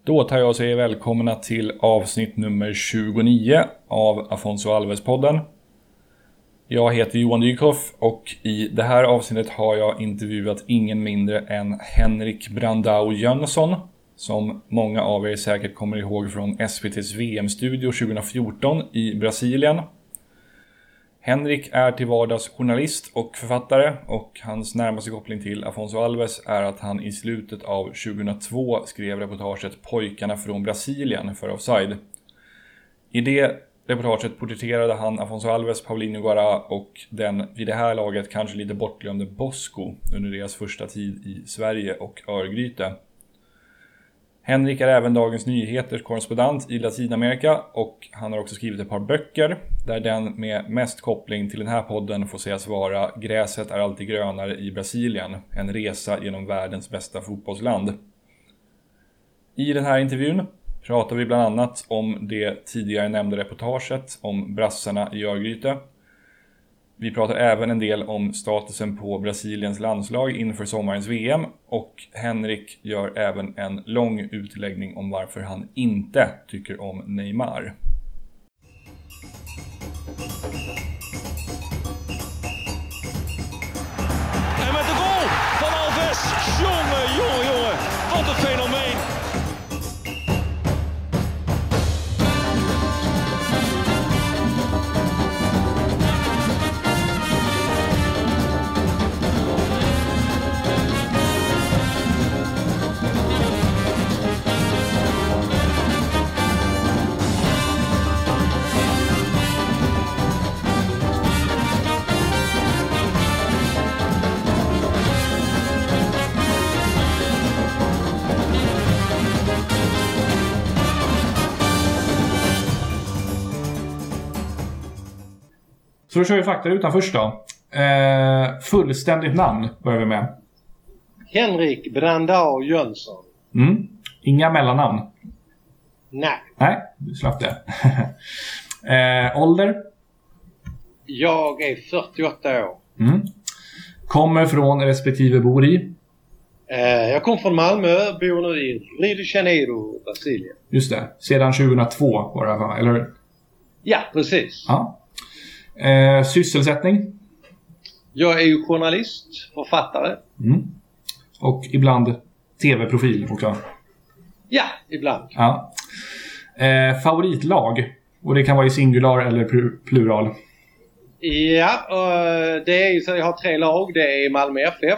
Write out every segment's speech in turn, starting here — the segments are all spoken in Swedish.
Då tar jag och säger välkomna till avsnitt nummer 29 av Afonso Alves-podden. Jag heter Johan Dykhoff och i det här avsnittet har jag intervjuat ingen mindre än Henrik Brandao Jönsson, som många av er säkert kommer ihåg från SVT:s VM-studio 2014 i Brasilien. Henrik är till vardags journalist och författare, och hans närmaste koppling till Afonso Alves är att han i slutet av 2002 skrev reportaget Pojkarna från Brasilien för Offside. I det reportaget porträtterade han Afonso Alves, Paulinho Guará och den vid det här laget kanske lite bortglömde Bosco under deras första tid i Sverige och Örgryte. Henrik är även Dagens Nyheters korrespondent i Latinamerika, och han har också skrivit ett par böcker där den med mest koppling till den här podden får sägas vara Gräset är alltid grönare i Brasilien, en resa genom världens bästa fotbollsland. I den här intervjun pratar vi bland annat om det tidigare nämnda reportaget om brassarna i Örgryte. Vi pratar även en del om statusen på Brasiliens landslag inför sommarens VM, och Henrik gör även en lång utläggning om varför han inte tycker om Neymar. En met de goal van Alves. Jongen. Wat een fenomeen. Så då kör vi fakta utan först då. Fullständigt namn börjar vi med. Henrik Brandao Jönsson. Inga mellannamn. Nej, du slapp det. Ålder? Jag är 48 år. Kommer från respektive bor i? Jag kom från Malmö, bor nu i Rio de Janeiro, Brasilien. Just det, sedan 2002 var det här, eller? Ja, precis. Ja. Sysselsättning? Jag är ju journalist, författare. Och ibland tv-profil också. Ja, ibland. Ja. Favoritlag? Och det kan vara i singular eller plural. Ja, det är ju så jag har 3 lag. Det är Malmö FF,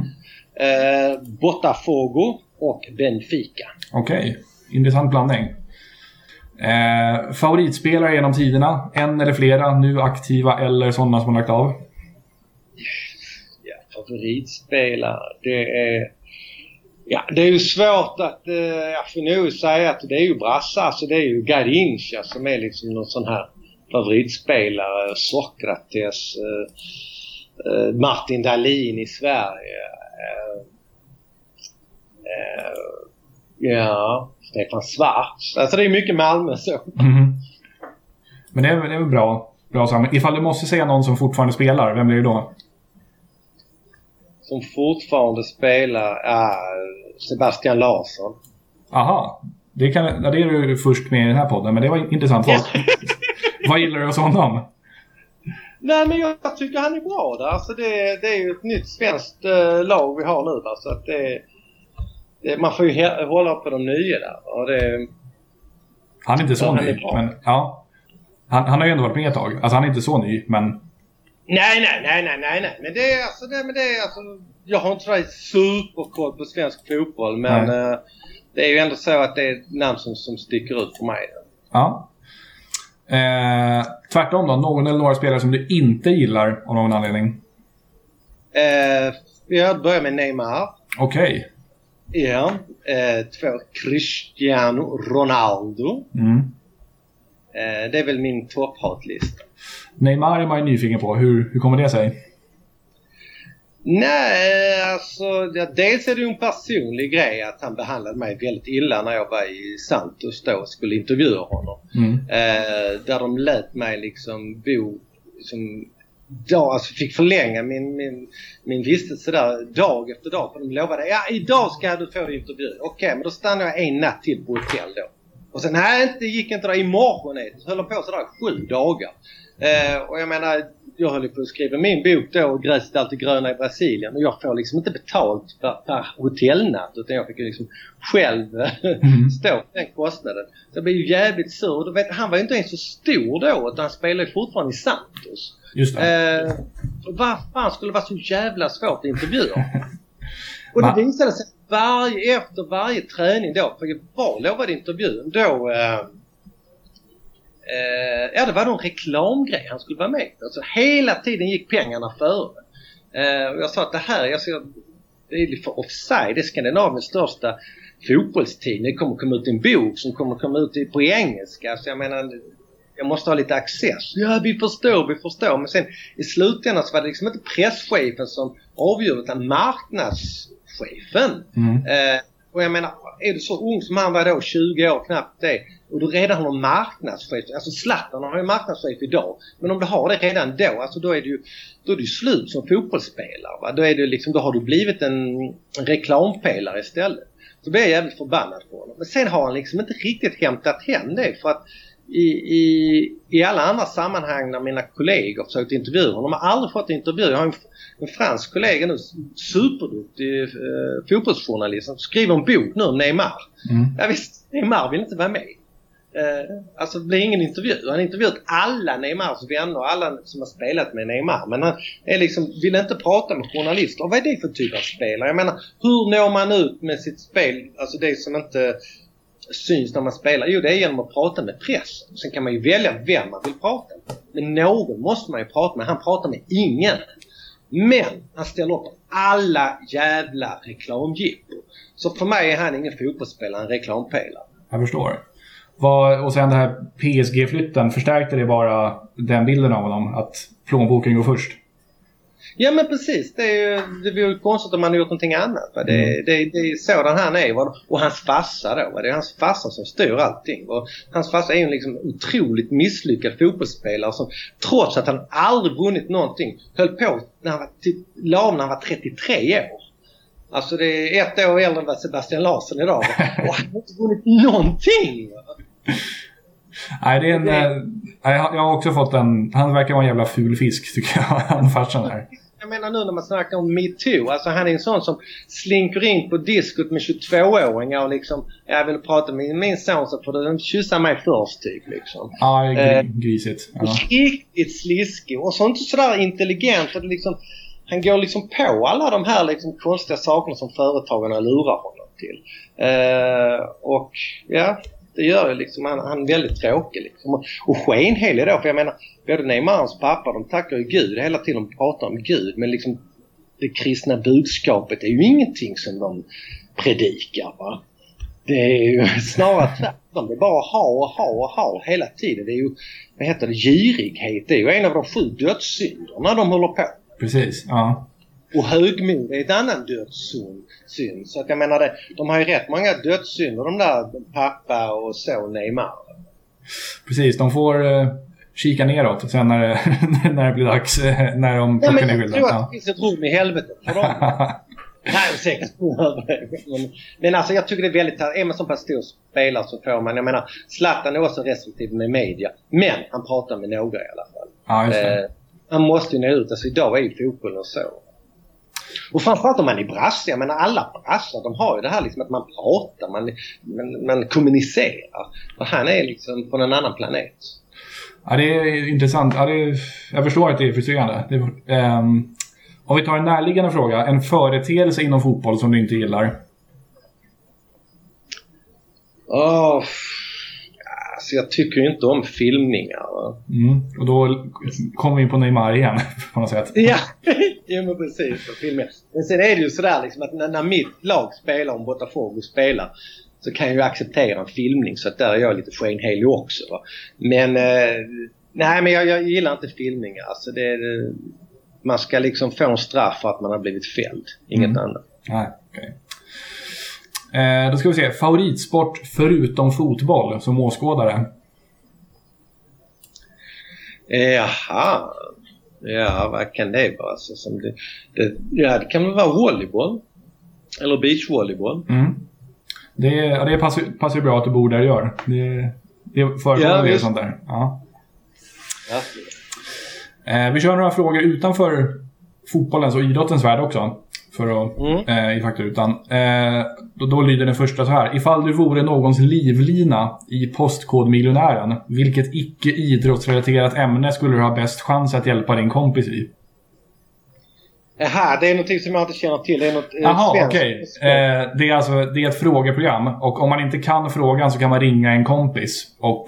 Botafogo och Benfica. Okej, intressant blandning. Favoritspelare genom tiderna? En eller flera, nu aktiva eller sådana som har lagt av? Ja, favoritspelare, det är ju svårt att jag får nog säga att det är ju brassar, så det är ju Garrincha som är liksom någon sån här favoritspelare. Sokrates, Martin Dahlin i Sverige, Stefan Schwarz. Alltså det är mycket Malmö så. Men det är väl bra samman. Ifall du måste säga någon som fortfarande spelar, vem blir det då? Som fortfarande spelar Sebastian Larsson. Aha, det är du först med i den här podden, men det var intressant. Vad gillar du hos honom? Nej, men jag tycker han är bra där. Alltså det är ju ett nytt svenskt lag vi har nu. Så att man får ju hålla på de nya där. Och han är inte så ny, men ja. Han har ju ändå varit med ett tag. Alltså han är inte så ny, men... Nej. Men det är alltså... Jag har inte varit superkoll på svensk fotboll, men det är ju ändå så att det är ett namn som sticker ut för mig. Ja. Tvärtom då, någon eller några spelare som du inte gillar av någon anledning? Jag börjar med Neymar. Okej. Ja. 2, Cristiano Ronaldo. Det är väl min topphatlista. Neymar är man ju nyfiken på. Hur kommer det sig? Nej, alltså dels är det ju en personlig grej att han behandlade mig väldigt illa när jag var i Santos då och skulle intervjua honom. Där de lät mig liksom bo alltså fick förlänga min vistelse där dag efter dag. För de lovade, idag ska du få din intervju. Okej, men då stannade jag en natt till på hotell då. Och sen, det gick inte där imorgon. Så höll de på sådär 7 dagar. Och jag menar, jag höll på att skriva min bok då, och Gräset alltid gröna i Brasilien. Och jag får liksom inte betalt per hotellnatt, utan jag fick liksom själv stå för den kostnaden. Så jag blev ju jävligt sur. Du vet, han var ju inte ens så stor då, utan han spelade fortfarande i Santos. Just det. Vad fan skulle det vara så jävla svårt att intervjua? Och det visade sig efter varje träning då, för jag var lovad intervjun då, det var någon reklamgrej han skulle vara med. Alltså hela tiden gick pengarna före. Och jag sa att det är för offside. Det är Skandinaviens största fotbollstidning. Det kommer komma ut en bok som kommer komma ut på engelska. Så jag menar, jag måste ha lite access. Ja, vi förstår. Men sen i slutändan så var det liksom inte presschefen som avgjorde, utan marknadschefen. Och jag menar, är du så ung som han var då, 20 år knappt det, och du redan har marknadschef, alltså Zlatan har ju marknadschef idag, men om du har det redan då, alltså då är du slut som fotbollsspelare, va? Då har du blivit en reklampelare istället. Så blir jag jävligt förbannad på honom. Men sen har han liksom inte riktigt hämtat hem det, för att i alla andra sammanhang när mina kollegor försökt intervjua honom, de har aldrig fått intervju. Jag har en fransk kollega nu, superduktig fotbollsjournalist, som skriver en bok nu om Neymar. Ja visst, Neymar vill inte vara med. Alltså det blir ingen intervju. Han har intervjuat alla Neymars vänner och alla som har spelat med Neymar, men han vill inte prata med journalister. Vad är det för typ av spelare? Jag menar, hur når man ut med sitt spel, alltså det som inte syns när man spelar? Jo, det är genom att prata med press. Sen kan man ju välja vem man vill prata med. Men någon måste man ju prata med. Han pratar med ingen. Men han ställer upp alla jävla reklamjippor. Så för mig är han ingen fotbollsspelare, en reklampelare. Jag förstår. Och sen det här PSG-flytten, förstärkte det bara den bilden av honom, att plånboken går först? Ja, men precis. Det vore ju konstigt om man hade gjort någonting annat. Det är sådan han är. Och hans farsa då. Det är hans farsa som styr allting. Och hans farsa är ju liksom otroligt misslyckad fotbollsspelare som, trots att han aldrig vunnit någonting, höll på när han var 33 år. Alltså det är 1 år äldre än vad Sebastian Larsson idag. Och han har inte vunnit någonting. Nej, jag har också fått han verkar vara en jävla ful fisk, tycker jag, han farsan här. Jag menar nu när man snackar om MeToo, alltså han är en sån som slinker in på diskot med 22-åringar och liksom, jag vill prata med min son så får du kyssa mig först typ liksom. Ja, det är grisigt. Ja. Riktigt sliskig och så inte sådär intelligent att liksom, han går liksom på alla de här liksom konstiga sakerna som företagarna lurar honom till. Och ja, det gör ju liksom, han är väldigt tråkig liksom. Och skenhelig då, för jag menar, både Neymar och hans pappa, de tackar ju Gud hela tiden, de pratar om Gud, men liksom det kristna budskapet är ju ingenting som de predikar, va? Det är ju snarare tvärtom, det är bara ha hela tiden. Det är ju, vad heter det, girighet, det är ju en av de 7 dödssynderna de håller på. Precis, ja. Och högmod är ett annan dödssynd. Så att jag menar, de har ju rätt många dödssynder, de där pappa och son Neymar. Precis, de får kika neråt sen när det blir dags, när de plockar ner bilden. Jag tror att det finns ett rum i helvetet för dem. Nej, säkert. Men alltså jag tycker det är väldigt, är man som pass stor spelare så får man, jag menar, Zlatan är också restriktiv med media, men han pratar med några i alla fall. Ja, just det. Han måste ju nå ut, alltså idag är ju fotbollen och så. Och framförallt om man är brass, jag menar alla brassar, de har ju det här liksom att man pratar, man kommunicerar. Och han är liksom på en annan planet. Ja, det är intressant. Ja, jag förstår att det är frustrerande. Om vi tar en närliggande fråga, en företeelse inom fotboll som du inte gillar? Alltså jag tycker ju inte om filmningar. Och då kommer vi in på Neymar igen på något sätt. Ja, men precis. Men sen är det ju sådär liksom att när mitt lag spelar, om Botafogo spelar, så kan jag ju acceptera en filmning, så att där är jag lite skenhelig också. Va? Men nej, men jag gillar inte filmningar. Alltså man ska liksom få en straff för att man har blivit fälld. Inget annat. Nej, okej. Då ska vi se, favoritsport förutom fotboll som åskådare? Jaha. Ja, vad kan det vara? Alltså, det kan väl vara volleyboll. Eller beachvolleyboll. Det passar ju bra att du bor där och gör. Det förekommer det sånt där. Ja. Vi kör några frågor utanför fotbollens och idrottens värld också. För att i faktarutan. Då lyder den första så här. Ifall du vore någons livlina i postkodmiljonären, vilket icke-idrottsrelaterat ämne skulle du ha bäst chans att hjälpa din kompis i? Jaha, det är någonting som jag inte känner till. Det är något okej. Det är ett frågeprogram. Och om man inte kan frågan så kan man ringa en kompis. Och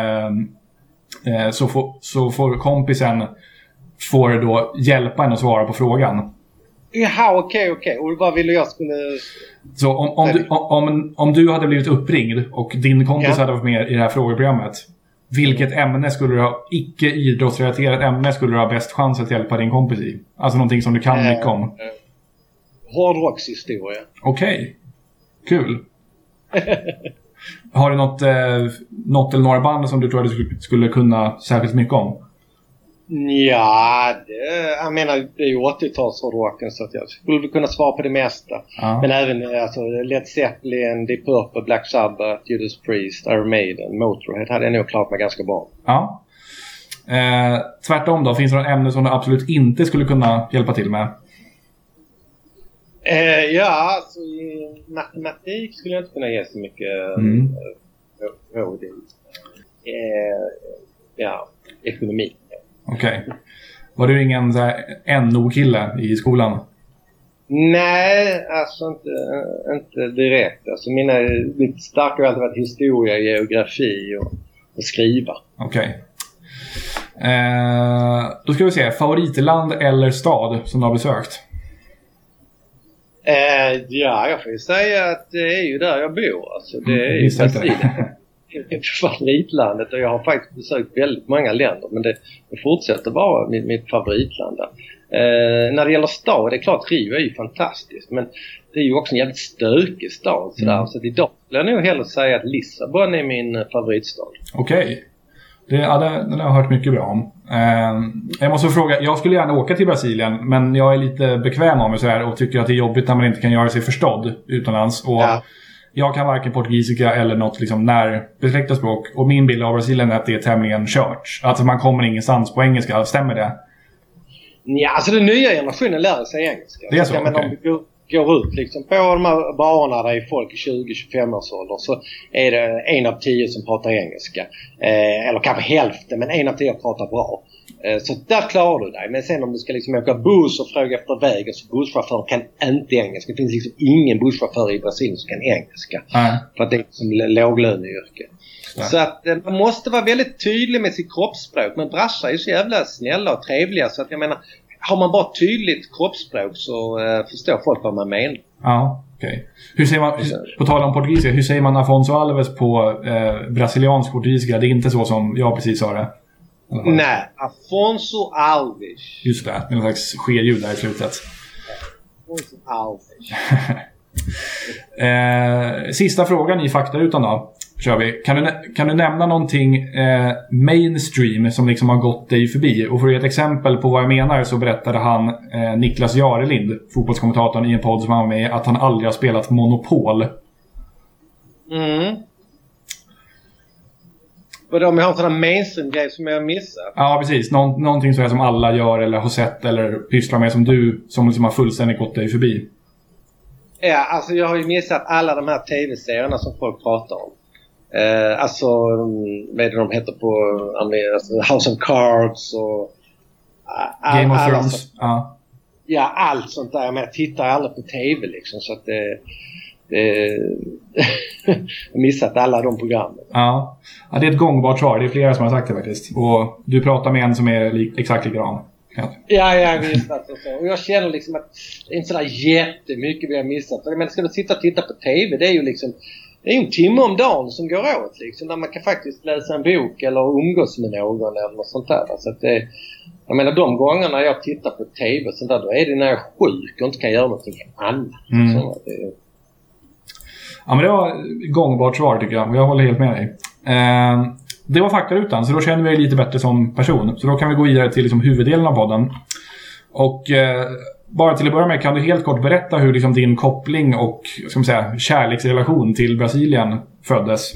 så får kompisen då hjälpa en att svara på frågan. Jaha, okej. Och vad ville jag skulle... Så om du hade blivit uppringd och din kompis hade varit med i det här frågeprogrammet, vilket ämne skulle du ha, icke-idrottsrelaterat ämne skulle du ha bäst chans att hjälpa din kompis i? Alltså någonting som du kan mycket om. Hårdrockshistoria. Okej. Kul. Har du något eller några band som du tror att du skulle kunna särskilt mycket om? Ja, jag menar det är ju 80-talsrocken så att jag skulle kunna svara på det mesta. Ja. Men även alltså, Led Zeppelin, Deep Purple, Black Sabbath, Judas Priest, Iron Maiden, Motorhead hade jag nog klart mig ganska bra. Ja. Tvärtom då, finns det något ämne som du absolut inte skulle kunna hjälpa till med? Ja, alltså i matematik skulle jag inte kunna ge så mycket råd i. Ja, ekonomi. Okej. Var du ingen så här NO-kille i skolan? Nej, alltså inte direkt. Alltså mina lite starka har alltid varit historia, geografi och skriva. Okej. Då ska vi se. Favoritland eller stad som du har besökt? Ja, jag får ju säga att det är ju där jag bor. Alltså, det är ju Brasilien. Favoritlandet, och jag har faktiskt besökt väldigt många länder, men det fortsätter vara mitt favoritland. När det gäller stad, det är klart Rio är ju fantastiskt, men det är ju också en jävligt stökig stad sådär. Så idag skulle jag nog hellre säga att Lissabon är min favoritstad. Okej. Den har jag hört mycket bra om. Jag måste fråga, jag skulle gärna åka till Brasilien, men jag är lite bekväm av mig så här och tycker att det är jobbigt när man inte kan göra sig förstådd utomlands. Och jag kan varken portugisiska eller något liksom närbesläktat språk. Och min bild av Brasilien är att det är tämligen kört. Alltså man kommer ingenstans på engelska. Stämmer det? Ja, alltså den nya generationen lär sig engelska. Det är så, men om vi går ut liksom på de här barerna där är folk i 20-25 års ålder, så är det 1 av 10 som pratar engelska. Eller kanske hälften, men 1 av 10 pratar bra. Så där klarar du dig. Men sen om du ska liksom åka buss och fråga efter vägen, så busschauffören kan inte engelska. Det finns liksom ingen busschaufför i Brasilien som kan engelska. För att det är som låglöneyrke. Så att man måste vara väldigt tydlig med sitt kroppsspråk. Men brassar är ju så jävla snälla och trevliga, så att jag menar, har man bara tydligt kroppsspråk så förstår folk vad man menar. Ja, okej. Hur säger man, på tal om portugisiska, hur säger man Afonso Alves på brasiliansk portugisiska? Det är inte så som jag precis sa det. Nej, Afonso Alves. Just det, med en slags skeljud där i slutet. Afonso Alves. Sista frågan i faktarutan då. Kör vi. Kan du nämna någonting mainstream som liksom har gått dig förbi? Och för att ge ett exempel på vad jag menar så berättade han Niklas Jarelind, fotbollskommentatorn i en podd som han var med, att han aldrig har spelat Monopol. Och de har en sån här mainstream-grej som jag har missat. Ja, precis. Någonting så här som alla gör eller har sett eller pysslar med som du som liksom har fullständigt gått dig förbi. Ja, alltså jag har ju missat alla de här tv-serierna som folk pratar om. Alltså, vad är det de heter på alltså House of Cards och Game of Thrones. Ja, allt sånt där. Men jag tittar aldrig på tv liksom, så att jag har missat alla de programmen. Ja, det är ett gångbart svar. Det är flera som har sagt det faktiskt. Och du pratar med en som är exakt likadan. Ja, visst. Alltså, så. Och jag känner liksom att det är inte sådär jättemycket vi har missat. Men ska du sitta och titta på tv, det är ju liksom, det är en timme om dagen som går åt liksom, där man kan faktiskt läsa en bok eller umgås med någon eller något sånt där. Så att det, jag menar, de gångerna jag tittar på tv sånt där, då är det när jag är sjuk och inte kan göra någonting annat. Så att det... Ja, men det var gångbart svar tycker jag. Jag håller helt med dig. Det var faktarutan, så då känner vi lite bättre som person. Så då kan vi gå vidare till liksom huvuddelen av podden. Och bara till att börja med, kan du helt kort berätta hur liksom din koppling och ska man säga, kärleksrelation till Brasilien föddes?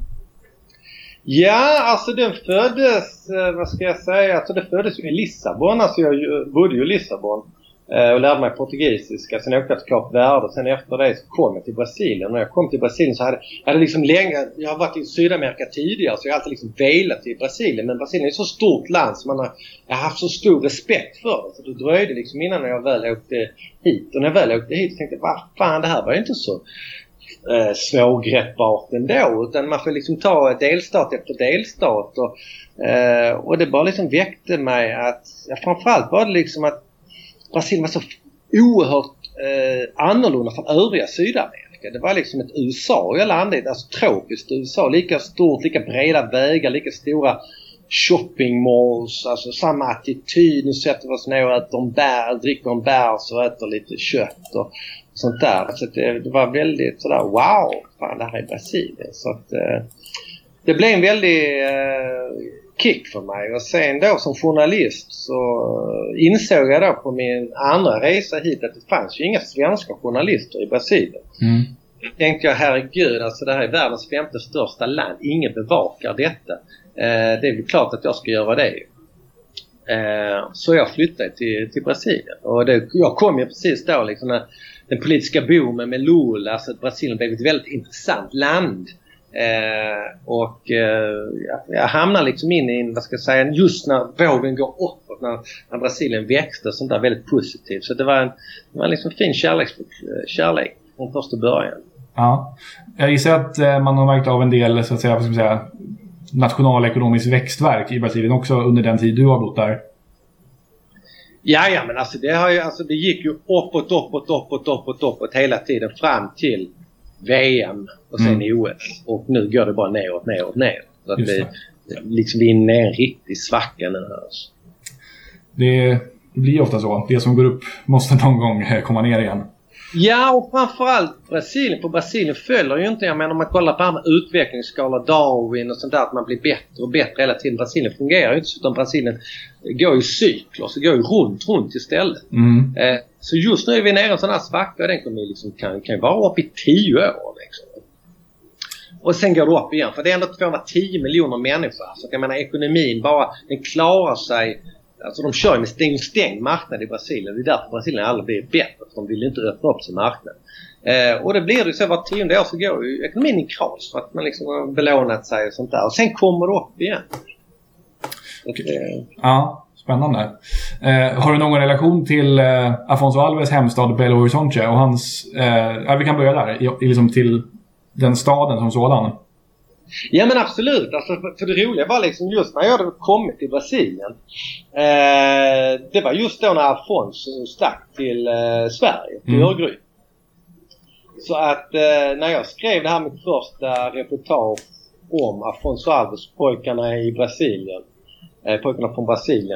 Ja, alltså den föddes, vad ska jag säga, alltså det föddes ju i Lissabon. Alltså jag bodde ju i Lissabon och lärde mig portugisiska. Sen åkte jag till Kap Verde och sen efter det så kom jag till Brasilien. När jag kom till Brasilien så hade liksom länge, jag har varit i Sydamerika tidigare så jag har alltid liksom velat till Brasilien. Men Brasilien är ett så stort land så jag har haft så stor respekt för det. Så det dröjde liksom innan jag väl åkte hit. Och när jag väl åkte hit så tänkte jag, vad fan, det här var ju inte så svårgreppbart ändå, utan man får liksom ta delstat efter delstat och det bara liksom väckte mig att framförallt var det liksom att Brasilien var så oerhört annorlunda från övriga Sydamerika. Det var liksom ett USA i alla andra, alltså tropiskt USA, lika stort, lika breda vägar, lika stora shopping malls, alltså samma attityd. Nu sätter vi oss ner och äter bär, dricker en bärs och äter lite kött och sånt där. Så det var väldigt sådär, wow, fan, det här är Brasilien. Så att det blev en väldig kick för mig. Och sen då som journalist så insåg jag då på min andra resa hit att det fanns ju inga svenska journalister i Brasilien. Tänkte jag, herregud, alltså det här är världens 5:e största land. Ingen bevakar detta. Det är väl klart att jag ska göra det. Så jag flyttade till Brasilien. Och jag kom ju precis då liksom när den politiska boomen med Lula, alltså att Brasilien blev ett väldigt intressant land. Jag hamnar liksom in i, vad ska jag säga, just när vågen går uppåt, när Brasilien växte, sånt där väldigt positivt. Så det var liksom en fin kärlek från första början. Ja, jag gissar att man har märkt av en del, så att säga, vad ska man säga, nationalekonomiskt växtverk i Brasilien också under den tid du har bott där. Ja, men alltså det gick ju uppåt hela tiden fram till VM och sen i OS. Och nu går det bara neråt. Så att det liksom vi är inne i en riktig svacka nu här. Alltså. Det blir ofta så. Det som går upp måste någon gång komma ner igen. Ja, och framförallt Brasilien följer ju inte, jag menar om man kollar på här utvecklingsskala Darwin och sånt där, att man blir bättre och bättre hela tiden. Brasilien fungerar ju inte så, utan Brasilien går i cykler, så går ju runt istället. Så just nu är vi nere i en sån här svacka och den kommer liksom, kan vara upp i 10 år liksom. Och sen går det upp igen, för det är ändå 210 miljoner människor. Så att jag menar, ekonomin bara, den klarar sig. Alltså de kör med stängd marknad i Brasilien. Det är därför Brasilien aldrig blir bättre. För de vill inte öppna upp sin marknad. Och det blir det så var 10:e år så går ju ekonomin i kras. För att man liksom har belånat sig och sånt där. Och sen kommer det upp igen. Ja, spännande. Har du någon relation till Afonso Alves hemstad Belo Horizonte och hans... vi kan börja där. Liksom till den staden som sådan. Ja, men absolut. Alltså, för det roliga var liksom just när jag hade kommit till Brasilien. Det var just då när Afonso stack till Sverige, till Örgryte. Så att när jag skrev det här mitt första reportage om Afonso Alves, pojkarna i Brasilien, pojkarna från Brasilien,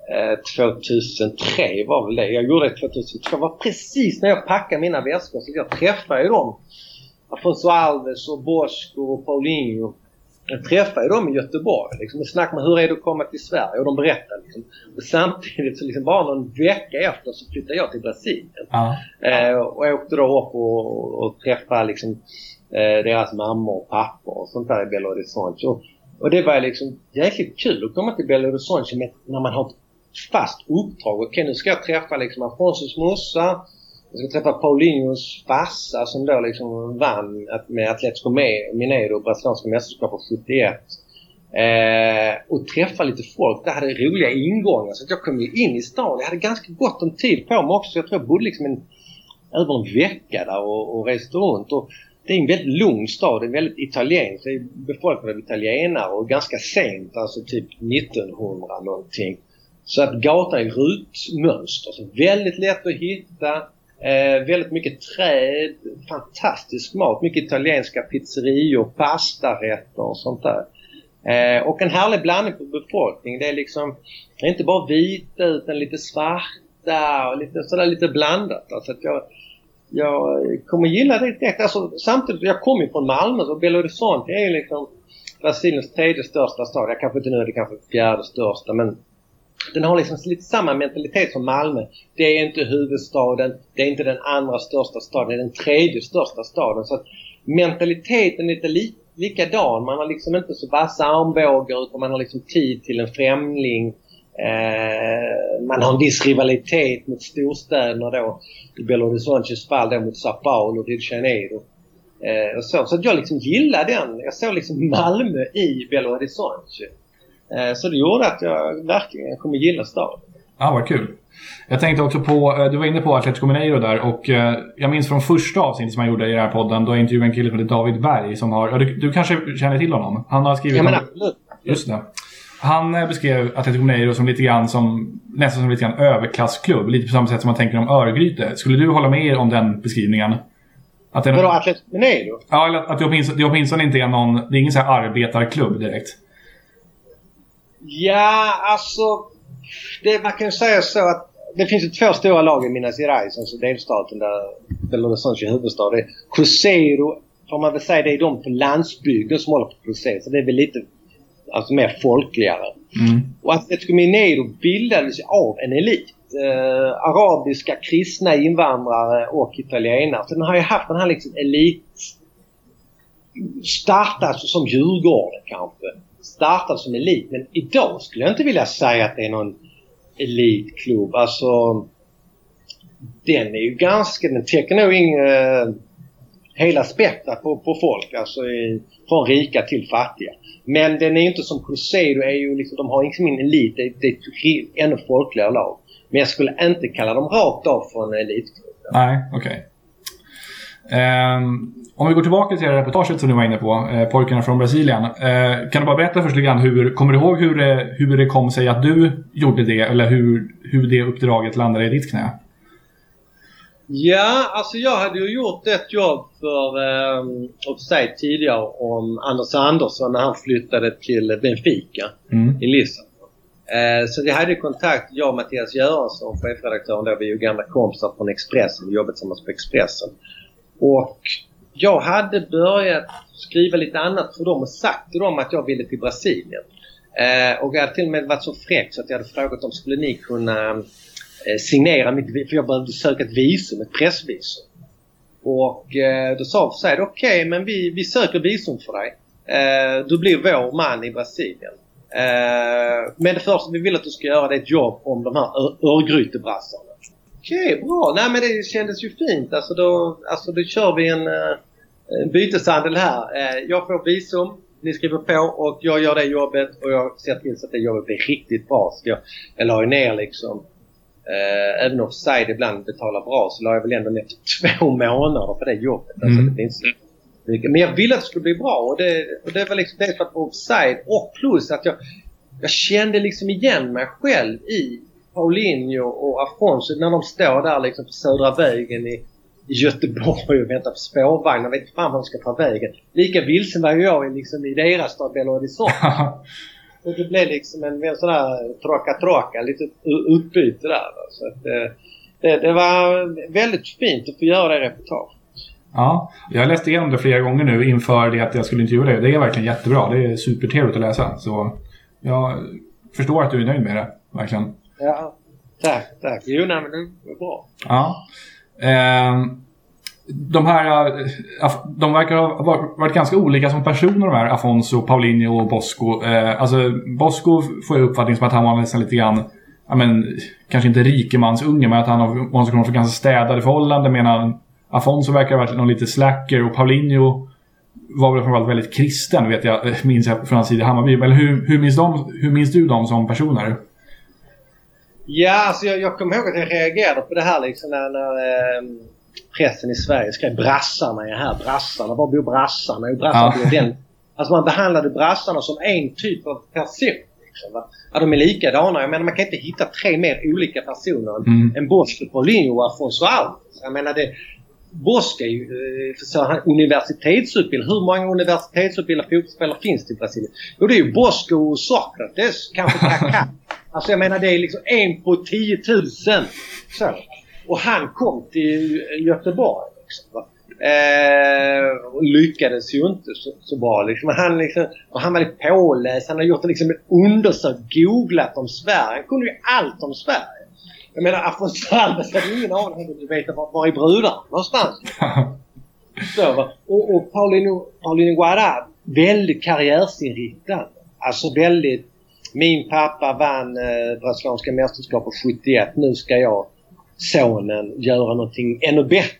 2003 var väl det. Jag gjorde det 2002. Det var precis när jag packade mina väskor, så jag träffade dem. Afonso Alves och Bosco och Paulinho. Jag träffade dem i Göteborg. Liksom, och snackade med hur är det att komma till Sverige. Och de berättade. Liksom. Och samtidigt så liksom bara någon vecka efter så flyttade jag till Brasilien. Och jag åkte då upp och träffade liksom, deras mamma och pappa och sånt där i Belo Horizonte. Och det var liksom jäkligt kul att komma till Belo Horizonte när man har ett fast uppdrag. Okej, nu ska jag träffa liksom Afonsos morsa. Jag ska träffa Paulinhos farsa som då liksom vann med Atlético Mineiro och brasilianska mästerskapet 71. Och träffa lite folk. Det hade roliga ingångar så att jag kom in i stan. Jag hade ganska gott om tid på mig också. Så jag tror jag bodde liksom över en vecka där och reste runt. Och det är en väldigt lugn stad. Det är väldigt italienskt. Det är befolkad av italienare och ganska sent, alltså typ 1900 någonting. Så att gatan är rutmönster. Så väldigt lätt att hitta. Väldigt mycket träd, fantastisk mat, mycket italienska pizzerior, pastarätter och sånt där. Och en härlig blandning på befolkningen. Det är liksom, det är inte bara vita utan lite svarta och lite blandat. Alltså att jag kommer gilla det direkt. Alltså, samtidigt, jag kommer ju från Malmö, så Belo Horizonte är ju liksom, Brasiliens tredje största stad. Jag kanske inte nu är det kanske fjärde största, men den har liksom lite samma mentalitet som Malmö. Det är inte huvudstaden, det är inte den andra största staden, det är den tredje största staden. Så att mentaliteten är lite likadan. Man har liksom inte så vassa armbågar, utan man har liksom tid till en främling. Man har en viss rivalitet mot storstäderna då. I Belo Horizontes fall då mot São Paulo och Rio de Janeiro. Så att jag liksom gillar den. Jag såg liksom Malmö i Belo Horizonte. Så det gjorde att jag verkligen kommer gilla staden. Ja, vad kul. Jag tänkte också på, du var inne på Atletico Mineiro där, och jag minns från första avsnittet som jag gjorde i den här podden, då intervjuade en kille som heter David Berg som har, du kanske känner till honom. Han har skrivit... Ja, men absolut. Just det. Han beskrev Atletico Mineiro som lite grann som, nästan som lite grann överklassklubb, lite på samma sätt som man tänker om Örgryte. Skulle du hålla med om den beskrivningen? Att Vadå, Atletico Mineiro? Ja, eller att det åtminstone inte är någon, det är ingen så här arbetarklubb direkt. Ja, alltså man kan ju säga så att det finns ju två stora lag i Minas Gerais, alltså delstaten där Belo Horizonte är huvudstad. Det är Cruzeiro, får man väl säga, det är de på landsbygden som håller på Cruzeiro, så det är väl lite alltså mer folkligare. Och Atletico Mineiro bildades av en elit. Arabiska, kristna invandrare och italienare. Så den har ju haft den här liksom elit, startat som Djurgården kanske. Startad som elit, men idag skulle jag inte vilja säga att det är någon elitklubb. Alltså den är ju ganska, den täcker nog hela spektrat på folk, alltså från rika till fattiga. Men den är inte som Cruzeiro, är ju liksom, de har liksom en elit, det är ett ännu folkligare lag. Men jag skulle inte kalla dem rakt av från elitklubb. Nej, okej. Om vi går tillbaka till det reportaget som du var inne på, pojkarna från Brasilien. Kan du bara berätta först lite grann, kommer du ihåg hur det kom sig att du gjorde det, eller hur det uppdraget landade i ditt knä? Ja, alltså jag hade ju gjort ett jobb för Offside tidigare om Anders Andersson när han flyttade till Benfica i Lissabon. Så jag hade kontakt, jag och Mattias Göransson, chefredaktören då, vi är ju gamla kompisar från Expressen, vi jobbade tillsammans på Expressen. Och jag hade börjat skriva lite annat för dem och sagt till dem att jag ville till Brasilien. Och jag hade till och med varit så fräck så att jag hade frågat dem, skulle ni kunna signera mitt, för jag behövde söka ett visum, ett pressvisum. Och då sa för sig, okej, men vi söker visum för dig. Du blir vår man i Brasilien. Men det första vi vill att du ska göra, det är ett jobb om de här Örgrytebrassarna. Okej, bra. Nej, men det kändes ju fint. Alltså då kör vi en byteshandel här. Jag får visum, ni skriver på och jag gör det jobbet och jag ser till så att det jobbet blir riktigt bra. Så jag la ju ner liksom, även om Offside ibland betalar bra, så la jag väl ändå ner 2 månader för det jobbet. Alltså det finns mycket. Men jag ville att det skulle bli bra, och det var liksom det för att Offside, och plus att jag kände liksom igen mig själv i Paulinho och Afonso när de står där liksom på Södra vägen i Göteborg och väntar på spårvagn. Jag vet inte fan var de ska ta vägen. Lika vilsen var jag liksom i deras stad Belo Horizonte. Så det blev liksom en sån där tråka, lite utbyte där. Så att, det var väldigt fint att få göra det reportage. Ja, jag läste igenom det flera gånger nu inför det att jag skulle intervjua dig. Det är verkligen jättebra. Det är supertrevligt att läsa. Så jag förstår att du är nöjd med det, verkligen. Ja, tack. Jo, nej, men det var bra. Ja. De verkar ha varit ganska olika som personer, de här Afonso, Paulinho och Bosco. Alltså Bosco får jag uppfattning som att han var nästan lite grann, kanske inte rikemansunge, men att han måste komma från ganska städade förhållanden, medan Afonso verkar ha varit någon lite slacker, och Paulinho var väl framförallt väldigt kristen, vet jag, minns jag från hans sida i Hammarby. Men hur minns du dem som personer? Ja, alltså jag kommer ihåg att jag reagerade på det här liksom när pressen i Sverige skrev brassarna är här, brassarna, var bor brassarna? Och brassarna den. Alltså man behandlade brassarna som en typ av person. Liksom, va? Ja, de är likadana. Jag menar, man kan inte hitta 3 mer olika personer än Bosco, Paulinho och Afonso Alves. Jag menar, Bosco är ju universitetsutbildad. Hur många universitetsutbildade fotbollsspelare finns det i Brasilien? Jo, det är ju Bosco och Sokrates, kanske Kaká. Alltså jag menar, det är liksom 1 på 10 000. Så. Och han kom till Göteborg. Liksom, va? Och lyckades ju inte så bra. Liksom. Han var lite påläst. Han har gjort liksom en googlat om Sverige. Han kunde ju allt om Sverige. Jag menar, Afonso Alves hade ingen aning om att veta var i brudar någonstans. Och Paulinho Guará, väldigt karriärsinriktad. Alltså väldigt, min pappa vann brasilianska mästerskapet 71. Nu ska jag, sonen, göra någonting ännu bättre.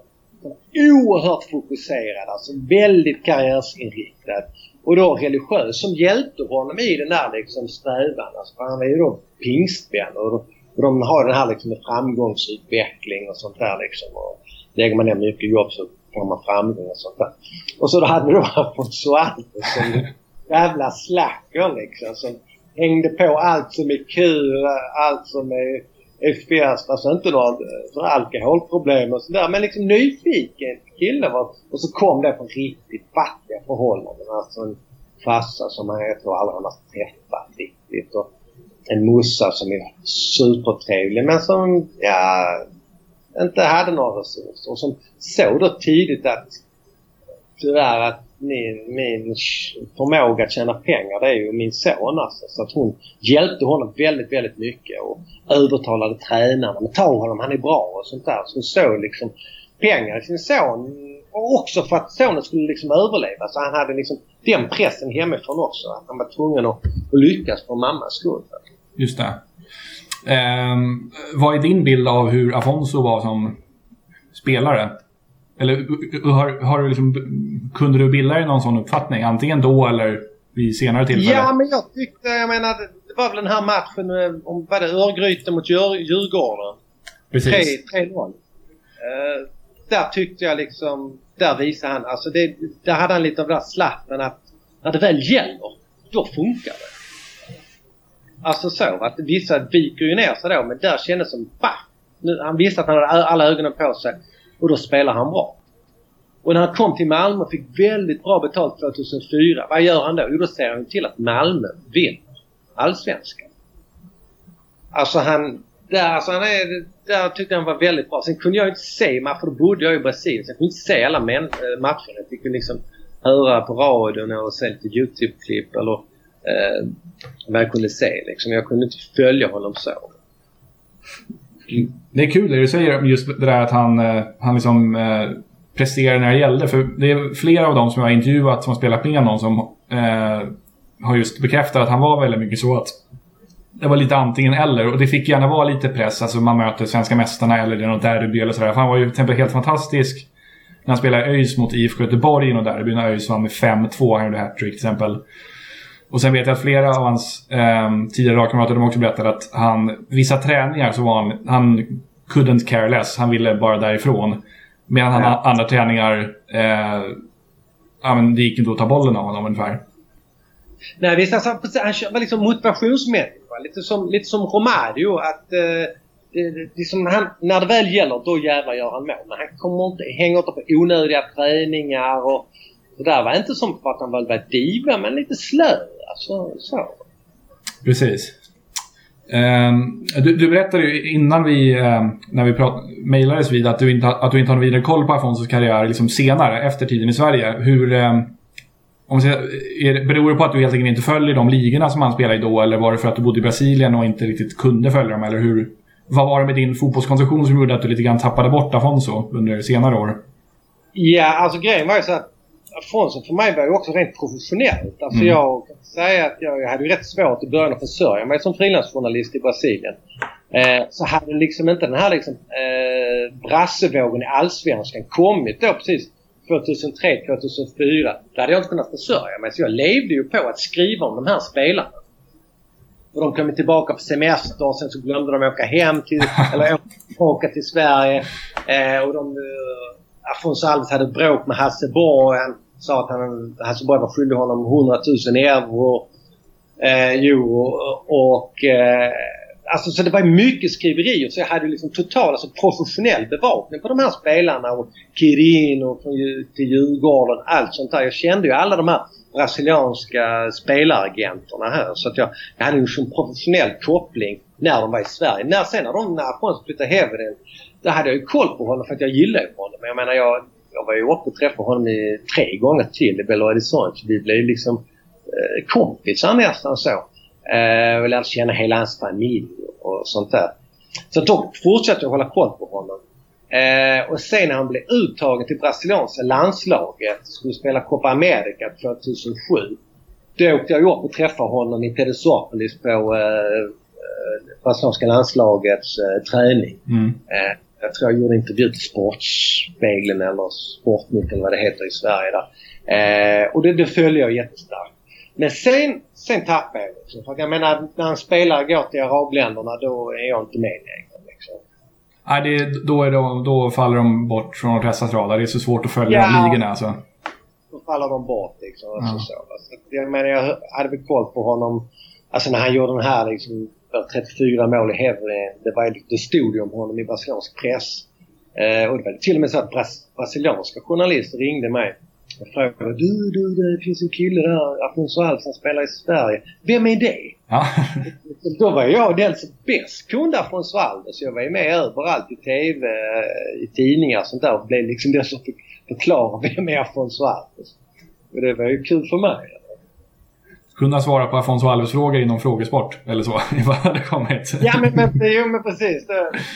Oerhört fokuserad, alltså väldigt karriärsinriktad. Och då religiös som hjälpte honom i den där liksom strävan. Alltså, han var ju då pingstvän och de har den här liksom med framgångsutveckling och sånt där liksom. Och lägger man ner mycket jobb så får man framgång och sånt där. Och så då hade vi då Afonso Alves som jävla slacker liksom. Som hängde på allt som är kul, allt som är fest, alltså inte någon alkoholproblem och sådär. Men liksom nyfiken kille var. Och så kom det från riktigt fattiga förhållanden. Alltså en farsa som jag tror aldrig har träffat riktigt. Och en mussa som är supertrevlig men som inte hade några resurser. Och som såg då tidigt att tyvärr att min förmåga att tjäna pengar, det är ju min son alltså. Så att hon hjälpte honom väldigt, väldigt mycket och övertalade tränarna. Men ta honom, han är bra och sånt där. Så hon såg liksom pengar i sin son. Och också för att sonen skulle liksom överleva. Så han hade liksom den pressen hemifrån också. Att han var tvungen att lyckas för mammas skull. Just det. Vad är din bild av hur Afonso var som spelare? Eller har du liksom, kunde du bilda dig någon sån uppfattning? Antingen då eller vid senare tillfälle? Ja, men jag menar, det var väl den här matchen om vad det Örgryte mot Djurgården. Precis. 3-0. Där tyckte jag liksom, där visade han, alltså där hade han lite av det där slappen att när det väl gäller, då funkar det. Alltså så, att vissa viker ju ner sig då, men där kändes som han visste att han hade alla ögonen på sig och då spelar han bra. Och när han kom till Malmö och fick väldigt bra betalt 2004, vad gör han då? Jo, då ser han till att Malmö vinner Allsvenskan. Alltså där tyckte han var väldigt bra. Sen kunde jag inte se matcher, för då bodde jag i Brasilien. Så jag kunde inte se alla matcherna. Jag fick liksom höra på radion och se lite YouTube-klipp eller vad jag kunde se. Liksom. Jag kunde inte följa honom så. Det är kul det du säger, just det där att han liksom presterar när det gällde. För det är flera av dem som jag har intervjuat som har spelat med någon som har just bekräftat att han var väldigt mycket så att det var lite antingen eller. Och det fick gärna vara lite press. Alltså man möter svenska mästarna eller det är något derby eller sådär. För han var ju till exempel helt fantastisk när han spelade ÖIS mot IFK Göteborg i något derby. När ÖIS var med 5-2. Han gjorde hattrick till exempel. Och sen vet jag att flera av hans tidigare lagkamrater de också berättade att vissa träningar så var han couldn't care less. Han ville bara därifrån. Medan han andra träningar det gick inte att ta bollen av honom ungefär. Nej, visst, han var liksom motivationsmänniska. Lite som Romario. Att liksom när det väl gäller, då jävlar gör han mål. Men han hänger inte på onödiga träningar. Och det där var inte som för att han var diva, men lite slö. Alltså, så. Precis. Du berättade ju innan när vi mejlades vid att du inte har någon vidare koll på Afonsos karriär liksom senare, efter tiden i Sverige. Beror det på att du helt enkelt inte följer de ligorna som han spelade i då, eller var det för att du bodde i Brasilien och inte riktigt kunde följa dem, eller vad var det med din fotbollskonsumtion som gjorde att du lite grann tappade bort Afonso under senare år? Ja, alltså grejen var ju så att Afonso för mig var ju också rent professionellt. Alltså jag kan säga att jag hade ju rätt svårt i början att försörja mig som frilansjournalist i Brasilien. Så hade liksom inte den här liksom, brassevågen i Allsvenskan kommit då precis 2003-2004. Då hade jag inte kunnat försörja mig. Så jag levde ju på att skriva om de här spelarna. Och de kom tillbaka på semester och sen så glömde de åka hem eller åka till Sverige. Och Afonso Alves hade bråk med Hasse Borg. Han sa att Hasse Borg var skyldig honom 100 000 euro. Alltså, så det var mycket skriverier. Så jag hade liksom total professionell bevakning på de här spelarna. Och Kirin och till Djurgården. Allt sånt där. Jag kände ju alla de här brasilianska spelaragenterna här. Så att jag hade ju en professionell koppling när de var i Sverige. När Afonso flyttade hem, då hade jag ju koll på honom för att jag gillade honom. Men jag menar, Jag var ju uppe och träffade honom 3 gånger till i Belo Horizonte. Vi blev liksom kompisar nästan så. Vi lärde känna hela hans familj och sånt där. Så då fortsatte jag hålla koll på honom. Och sen när han blev uttagen till brasilianska landslaget, skulle spela Copa America 2007. Då åkte jag upp och träffade honom i Teresópolis på brasilianska landslagets träning. Jag tror jag gjorde intervju till Sportspegeln eller Sportnytt eller vad det heter i Sverige där. Och det följer jag jättestarkt. Men sen tappar jag liksom. För jag menar, när han spelar går till arabländerna, då är jag inte med längre liksom. Nej, då faller de bort från de flesta radar. Det är så svårt att följa ligorna alltså. Då faller de bort liksom. Så. Jag menar, jag hade väl koll på honom. Alltså när han gjorde den här liksom 34 mål i Heverlee, det stod ju om honom i brasiliansk press. Och det var till och med så att brasilianska journalister ringde mig och frågade, du, det finns en kille där, Afonso Alves, som spelar i Sverige. Vem är det? Ja. Då var jag den som bäst kunde Afonso Alves. Jag var ju med överallt i tv, i tidningar och sånt där, och blev liksom det som fick förklara vem är Afonso Alves. Och det var ju kul för mig. Kunna svara på Afonso Alves-frågor inom frågesport eller så. Vad hade kommit? Ja, men precis.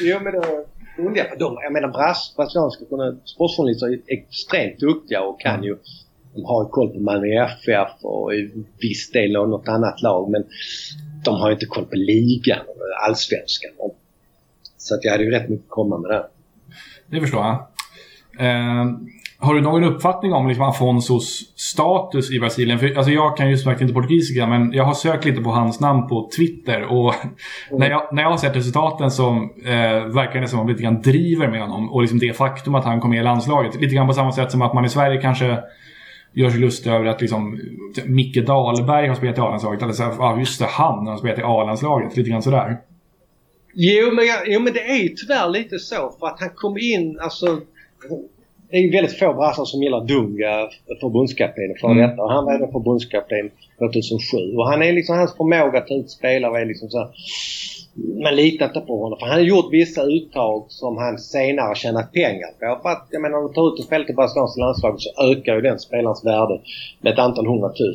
Jag menar, brasilianska sportjournalister är extremt duktiga och kan ju, de har ju koll på Malmö FF och i viss del av något annat lag, men de har ju inte koll på ligan och allsvenskan. Så att jag hade ju rätt mycket att komma med det. Det förstår jag. Har du någon uppfattning om liksom Afonsos status i Brasilien? För, alltså jag kan ju sagt inte portugisiska, men jag har sökt lite på hans namn på Twitter. Och när jag har sett resultaten så verkar det som att man lite grann driver med honom. Och liksom det faktum att han kom med i landslaget. Lite grann på samma sätt som att man i Sverige kanske gör sig lust över att liksom Micke Dahlberg har spelat i A-landslaget. Eller så, just det, han har spelat i A-landslaget. Lite grann sådär. Jo, men det är ju tyvärr lite så. För att han kom in, alltså... Det är ju väldigt få brassar som gillar Dunga, förbundskapten för detta. Och han var även förbundskapten 2007. Och han är liksom, hans förmåga att utspela är liksom så här, man litar inte på honom. För han har gjort vissa uttag som han senare tjänat pengar på. För att, jag menar, om du tar ut och spelar till brasilianska landslaget så ökar ju den spelarens värde med ett antal 100 000.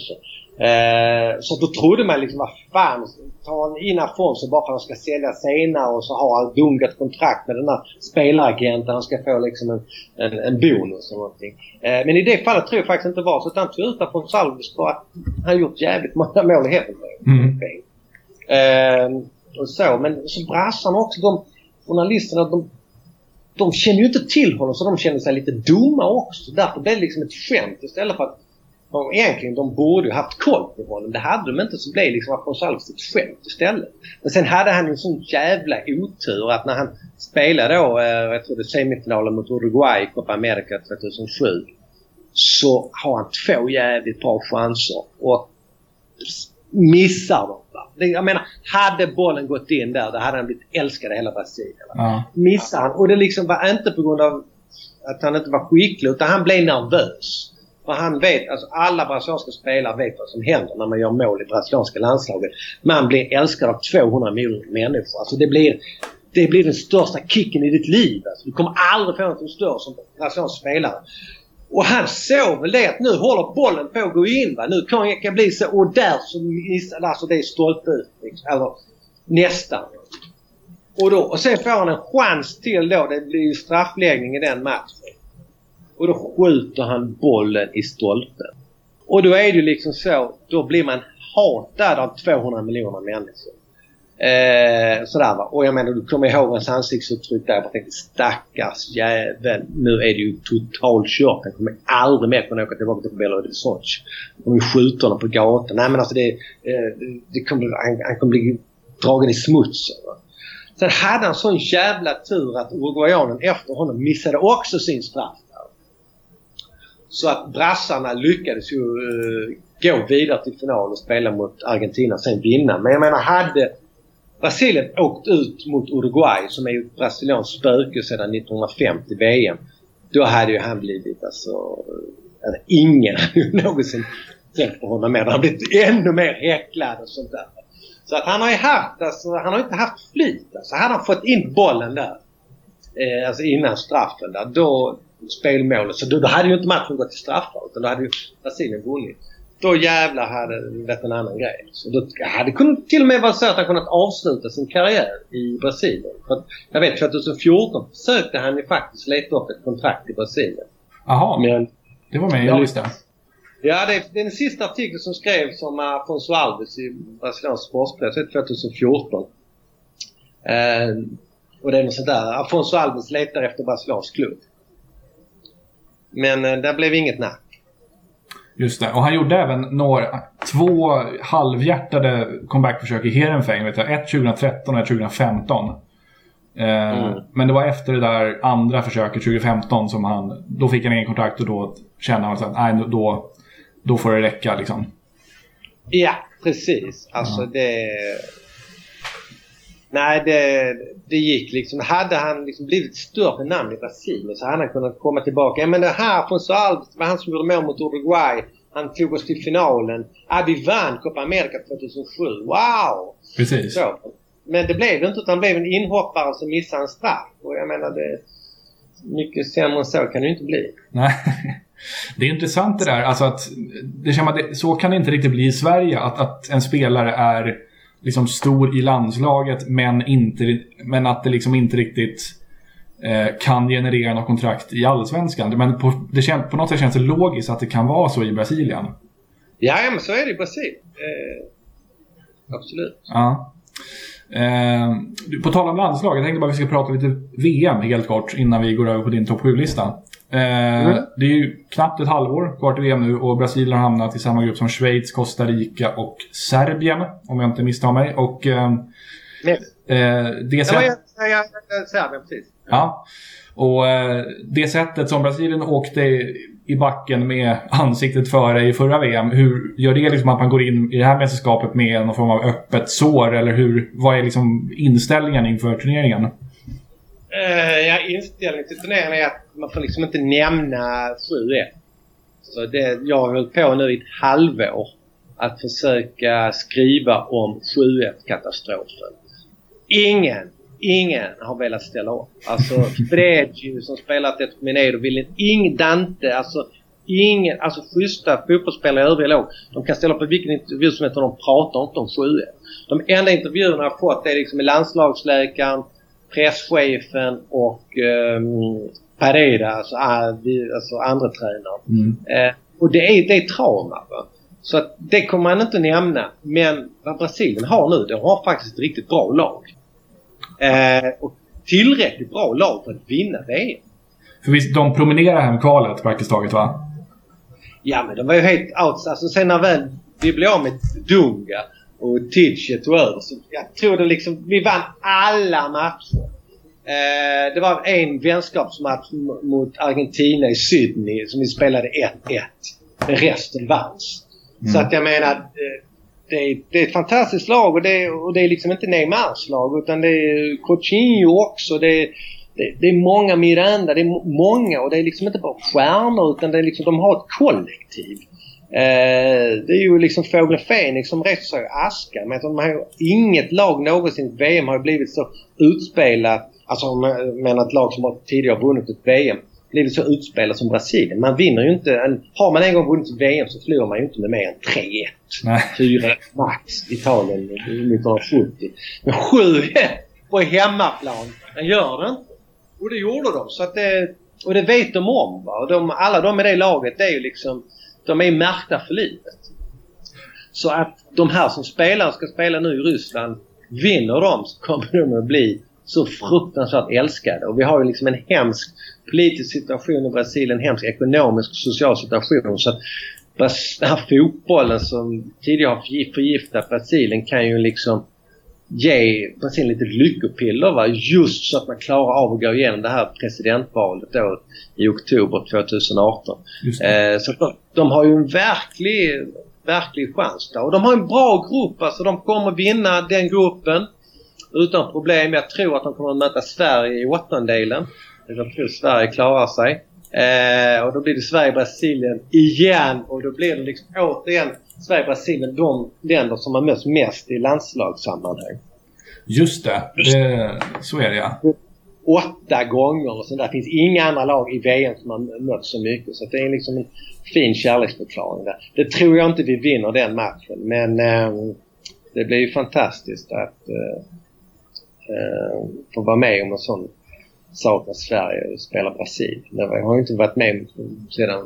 Så då trodde man liksom, vad fan, ta en Afonso bara för att han ska sälja senare och så har han Dungat kontrakt med den här spelaragenten, han ska få liksom en bonus eller någonting. Men i det fallet tror jag faktiskt inte var så, utan tog ut Afonso Alves på att han gjort jävligt många mål i Heverlee. Och så, men så brassarna också, de journalisterna, de känner ju inte till honom, så de känner sig lite dumma också. Därför blev det liksom ett skämt istället för att egentligen de borde ju haft koll på honom. Det hade de inte, så blev liksom Afonso Alves ett skämt istället. Men sen hade han en sån jävla otur att när han spelade då, jag tror det semifinalen mot Uruguay i Copa America 2007, så har han 2 jävligt bra chanser och missar dem. Jag menar, hade bollen gått in där, då hade han blivit älskad i hela Brasilien. Missar han, och det liksom var inte på grund av att han inte var skicklig, utan han blev nervös. För han vet, alltså alla brasilianska spelare vet vad som händer när man gör mål i brasilianska landslaget. Man blir älskad av 200 miljoner människor. Alltså det blir den största kicken i ditt liv. Alltså, du kommer aldrig få något större som brasiliansk spelare. Och han såg väl det att nu håller bollen på att gå in. Va? Nu kan jag bli så, och där så missar, alltså det är stolpe ut. Liksom, eller nästan. Och sen får han en chans till då. Det blir ju straffläggning i den matchen. Och då skjuter han bollen i stolpen. Och då är det ju liksom så, då blir man hatad av 200 miljoner människor. Sådär va. Och jag menar, du kommer ihåg hans ansiktsuttryck där. Jag tänkte, stackars jävel. Nu är det ju totalt kört. Han kommer aldrig mer kunna åka tillbaka till Belo Horizonte. De kommer skjuta honom på gatan. Nej men alltså han kommer bli dragen i smutsen. Va? Sen hade han sån jävla tur att Uruguayanen efter honom missade också sin straff. Så att brassarna lyckades ju gå vidare till final och spela mot Argentina och sen vinna. Men jag menar, hade Brasilien åkt ut mot Uruguay, som är ju ett brasilianskt spöke sedan 1950 VM, då hade ju han blivit, alltså, ingen hade ju någonsin tänkt på honom mer. Han hade blivit ännu mer häcklad och sånt där. Så att han har ju haft, alltså, han har inte haft flyt. Alltså, hade han fått in bollen där, alltså innan straffen där, då spelmålet. Så då hade ju inte matchen gått till straffar, utan då hade ju Brasilien vunnit. Då jävlar hade det varit en annan grej. Så då hade kunnat till och med vara så att han kunnat avsluta sin karriär i Brasilien. För att, jag vet, 2014 försökte han ju faktiskt leta upp ett kontrakt i Brasilien. Jaha, men det var med, jag visste. Ja, det är den sista artikeln som skrevs om Afonso Alves i Brasiliens sportspel 2014. Och det är något sånt där. Afonso Alves letar efter Brasiliens klubb. Men det blev inget nack. Just det, och han gjorde även 2 halvhjärtade comebackförsök i Heerenveen, vet jag, ett 2013 och ett 2015. Men det var efter det där andra försöket 2015 som då fick han ingen kontakt, och då kände han att nej, då får det räcka liksom. Ja, precis. Alltså det gick liksom. Hade han liksom blivit större namn i Brasilien så hade han kunnat komma tillbaka. Ja, men det här från så allt var han som gjorde mål mot Uruguay. Han tog oss till finalen. Vi vann Copa America 2007. Wow! Precis. Så. Men det blev inte, utan han blev en inhoppare som missade en straff. Och jag menar, mycket sämre än så kan det ju inte bli. Nej. Det är intressant det där. Alltså att det känns att så kan det inte riktigt bli i Sverige. Att en spelare är liksom stor i landslaget men att det liksom inte riktigt kan generera något kontrakt i allsvenskan. Men på något sätt känns det logiskt att det kan vara så i Brasilien. Ja, men så är det i Brasilien. Absolut. Ja. På tal om landslag, jag tänkte bara att vi ska prata lite VM helt kort innan vi går över på din topp 7-lista. Det är ju knappt ett halvår kvar till VM nu, och Brasilien har hamnat i samma grupp som Schweiz, Costa Rica och Serbien, om jag inte misstar mig. Och det sättet... Serbien, precis. Ja. Och det sättet som Brasilien åkte i backen med ansiktet före i förra VM, hur gör det liksom att man går in i det här mästerskapet med någon form av öppet sår, eller vad är liksom inställningen inför turneringen? Inställningen till turneringen är att man får liksom inte nämna 7-1. Så jag har hållit på nu i ett halvår att försöka skriva om 7-1-katastrofen. Ingen har velat ställa upp. Alltså Fredju som spelat ett Mineiro vill inte, Dante, alltså schyssta fotbollsspelare i övriga lag. De kan ställa upp på vilken intervju som heter, de pratar inte om 7-1. De enda intervjuerna jag har fått är liksom med landslagsläkaren, presschefen och Pareda, alltså andra tränare. Och det är trauma, va? Så att det kommer man inte nämna. Men vad Brasilien har nu, de har faktiskt ett riktigt bra lag. Och tillräckligt bra lag för att vinna VM. För visst, de promenerar hem kvalet praktiskt taget, va? Ja, men de var ju helt out. Alltså sen när väl vi blev av med Dunga och Tidget och över, så jag tror det liksom, vi vann alla matcher. Det var en vänskapsmatch mot Argentina i Sydney som vi spelade 1-1. Resten vanns. Så att jag menar, det är ett fantastiskt lag, och det är liksom inte Neymars lag, utan det är Coutinho också, det är många Miranda, det är många, och det är liksom inte bara stjärnor, utan det är liksom, de har ett kollektiv. Det är ju liksom Fågel Fenix som rätt så aska, men de har ju inget lag någonsin i VM har blivit så utspelat, alltså men ett lag som har tidigare vunnit ett VM blivit så utspelat som Brasilien. Man vinner ju inte, har man en gång vunnit VM så förlorar man ju inte med mer än 3-1. 4 max Italien 1970. Men 7-1 på hemmaplan, man gör det inte. Och det gjorde de, så att och det vet de om, va? Och alla de i det laget, det är ju liksom, de är märkta för livet. Så att de här som ska spela nu i Ryssland, vinner de så kommer de att bli så fruktansvärt älskade. Och vi har ju liksom en hemsk politisk situation i Brasilien, en hemsk ekonomisk och social situation. Så att den här fotbollen som tidigare har förgiftat Brasilien kan ju liksom ge Brasilien lite lyckopiller, va? Just så att man klarar av att gå igenom det här presidentvalet då i oktober 2018. Så de har ju en verklig chans då. Och de har en bra grupp, alltså de kommer vinna den gruppen utan problem. Jag tror att de kommer att möta Sverige i åttondelen. Jag tror Sverige klarar sig. Och då blir det Sverige-Brasilien igen. Och då blir det liksom återigen Sverige-Brasilien, de länder som har mötts mest i landslagssammanhang. Just det. Så är det, ja. 8 gånger och så där. Det finns inga andra lag i VM som har mött så mycket. Så det är liksom en fin kärleksförklaring där. Det tror jag inte vi vinner den matchen. Men det blir ju fantastiskt att få vara med om en sån sak när Sverige spelar Brasilien. Jag har ju inte varit med sedan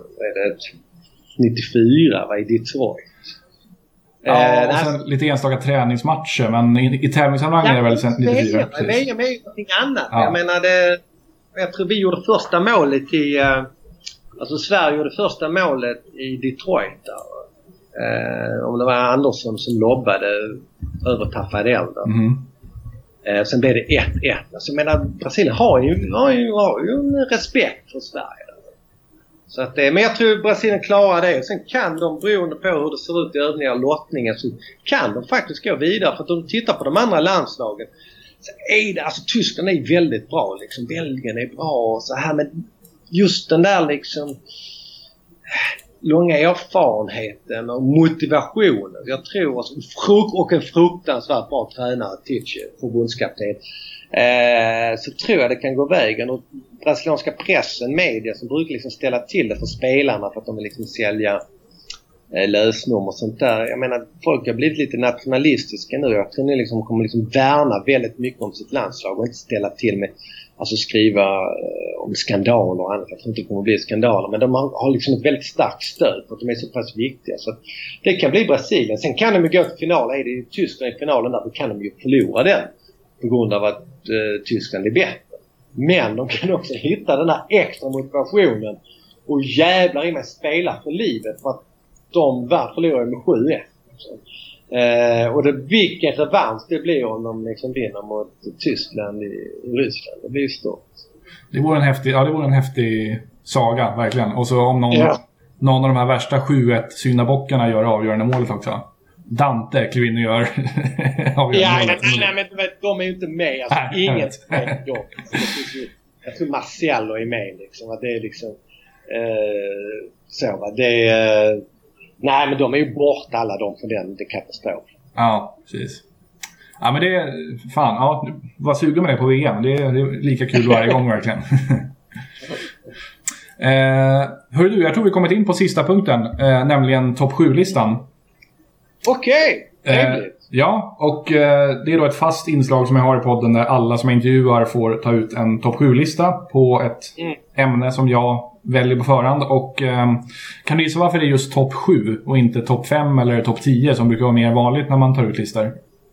94 i Detroit. Ja, och sen lite enstaka träningsmatcher, men i tävlingssammanhang är det väl sen 94. VM är ju någonting annat. Ja. Jag menar, jag tror vi gjorde första målet alltså Sverige gjorde första målet i Detroit där. Om det var Andersson som lobbade över Tafarel där. Sen blev det 1-1. Alltså, jag menar, Brasilien har ju en respekt för Sverige. Så att, men jag tror Brasilien klarar det. Sen kan de, beroende på hur det ser ut i övningar och lottningen, så kan de faktiskt gå vidare. För att om du tittar på de andra landslagen så är det, alltså Tyskland är väldigt bra liksom. Belgien är bra och så här, men just den där liksom långa erfarenheten och motivationen. Jag tror och en fruktansvärt bra tränare, Tite, förbundskapten. Så tror jag det kan gå vägen. Och brasilianska pressen, media som brukar liksom ställa till det för spelarna för att de vill liksom sälja lösnummer och sånt där. Jag menar, folk har blivit lite nationalistiska nu. Jag tror ni liksom kommer liksom värna väldigt mycket om sitt landslag och inte ställa till med, alltså skriva om skandaler och annat. Jag tror inte det kommer att bli skandaler, men de har liksom ett väldigt starkt stöd för att de är så pass viktiga. Så det kan bli Brasilien. Sen kan de ju gå till final. Är det i Tyskland i finalen där, då kan de ju förlora den på grund av att Tyskland är bättre. Men de kan också hitta den här extra motivationen och jävlar i mig spela för livet, för att de förlorar med 7-1. Och vilken revansch det blir om de liksom vinner mot Tyskland i Ryssland. Det blir ju stort. Det vore en häftig saga, verkligen. Och så om någon av de här värsta 7-1 syndabockarna gör avgörande målet också. Dante kliver in och gör avgörande målet. Nej, men de är ju inte med. Alltså, inget med dem. Jag tror Marciello är med liksom. Att det är liksom så va. Det är nej, men de är ju borta alla de för den katastrof. Ja, precis. Ja, men det är fan, ja, var sugen med det på VM. Det är lika kul varje gång verkligen. Hör du, jag tror vi kommit in på sista punkten, nämligen topp 7-listan. Okej, ja, och det är då ett fast inslag som jag har i podden där alla som jag intervjuar får ta ut en topp 7-lista på ett ämne som jag väljer på förhand. Och kan du gissa varför det är just topp 7 och inte topp 5 eller topp 10 som brukar vara mer vanligt när man tar ut listor?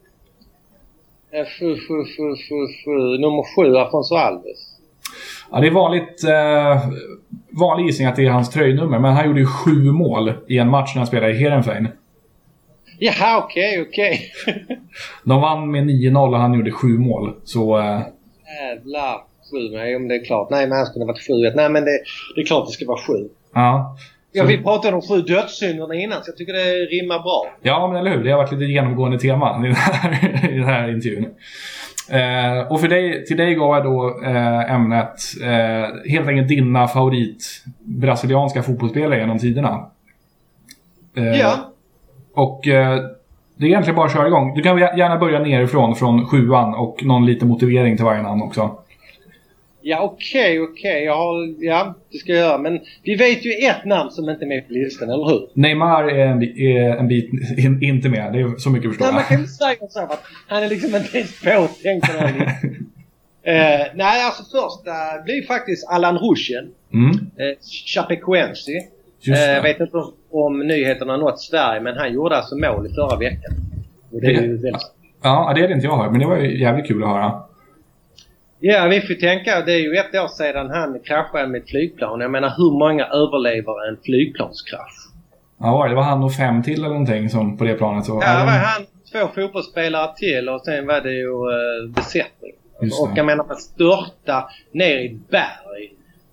Nummer 7, Afonso Alves. Ja, det är vanlig gissning att det är hans tröjnummer, men han gjorde ju 7 mål i en match när han spelade i Heerenveen. Jaha, okej. De vann med 9-0 och han gjorde 7 mål. Så jävlar, 7, nej, om det är klart. Nej, men han skulle ha varit 7. Nej, men det är klart det ska vara 7. Ja. Ja, vi pratade om 7 dödssynderna innan, så jag tycker det rimmar bra. Ja, men eller hur? Det har varit lite genomgående tema i den här intervjun. Och till dig gav jag då ämnet helt enkelt dina favorit brasilianska fotbollsspelare genom tiderna. Ja. Och det är egentligen bara att köra igång. Du kan gärna börja nerifrån, från 7:an, och någon liten motivering till varje namn också. Ja, okej. Ja, det ska jag göra. Men vi vet ju ett namn som inte är med på listan, eller hur? Neymar är en bit inte med. Det är så mycket förstår jag. Man kan inte säga så att han är liksom inte ens påtänkt på den här listan. Nej, alltså först blir faktiskt Alan Ruschen. Chapecoense. Jag vet inte om nyheterna har nått Sverige, men han gjorde alltså mål i förra veckan. Och det är ju väldigt... Ja, det är det inte jag hört, men det var ju jävligt kul att höra. Ja, vi får tänka, det är ju 1 år sedan han kraschade med ett flygplan. Jag menar, hur många överlever en flygplanskrasch? Ja, det var han och 5 till eller någonting som på det planet. Så, ja, det var han, 2 fotbollsspelare till, och sen var det ju besättning. Och jag menar, man störta ner i ett berg.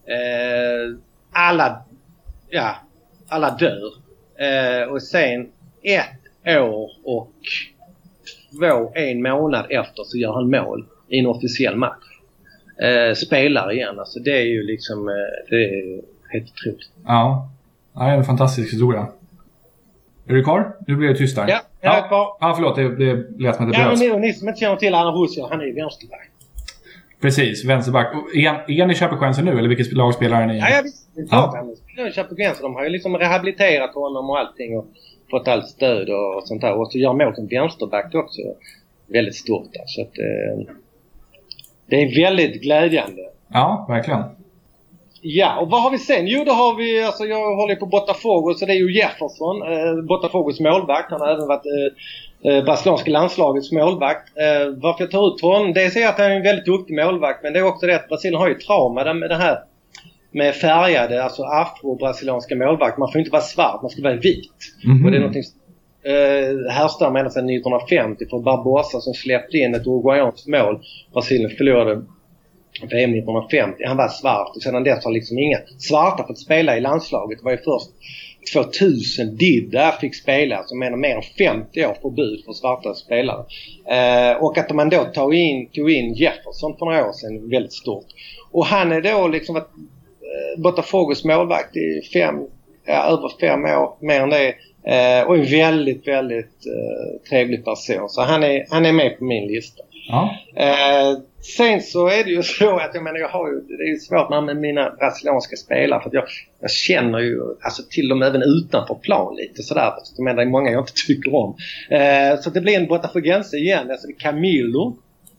Alla dör. Och sen 1 år och 1 månad efter så gör han mål i en officiell match. Spelar igen. Alltså det är ju liksom det är helt otroligt. Ja, det är en fantastisk historia. Är du kvar? Nu blir det tyst där. Ja, jag är kvar. Ja, förlåt. Det lät som att det bröts. Ja, men ni som inte känner till Anna Russia, han är ju vänsterback. Precis, vänsterback. Är ni Chapecoense nu, eller vilket lag spelar ni? Ja, visst. Chapecoense, de har ju liksom rehabiliterat honom och allting och fått allt stöd och sånt där. Och så gör mål som vänsterback också väldigt stort. Så att, det är väldigt glädjande. Ja, verkligen. Ja, och vad har vi sen? Jo, då har vi, alltså jag håller på Botafogo, så det är ju Jefferson, Botafogos målvakt. Han har även varit brasilianska landslagets målvakt. Varför jag tar ut honom, det är att han är en väldigt duktig målvakt, men det är också det att Brasilien har ju trauma med det här med färgade, alltså afro-brasilianska målvakt. Man får inte vara svart, man ska vara vit. Och det är någonting härstammar ända sedan 1950 för Barbosa som släppte in ett uruguayanskt mål. Brasilien förlorade VM 1950. Han var svart och sedan dess har liksom inga svarta fått spela i landslaget. Det var ju först 2000 Dida fick spela, som menar mer än 50 år förbud för svarta spelare. Och att man då tog in Jefferson för några år sedan, väldigt stort. Och han är då liksom Botafogos målvakt i över 5 år, mer än det. Och en väldigt, väldigt trevlig person. Så han är med på min lista. Ja. Sen så är det ju så att jag menar, det är ju svårt med mina brasilianska spelare, för att jag känner ju alltså till dem även utanför plan lite sådär. Jag menar, det är många jag inte tycker om. Så det blir en Botafogense igen, alltså det är Camilo.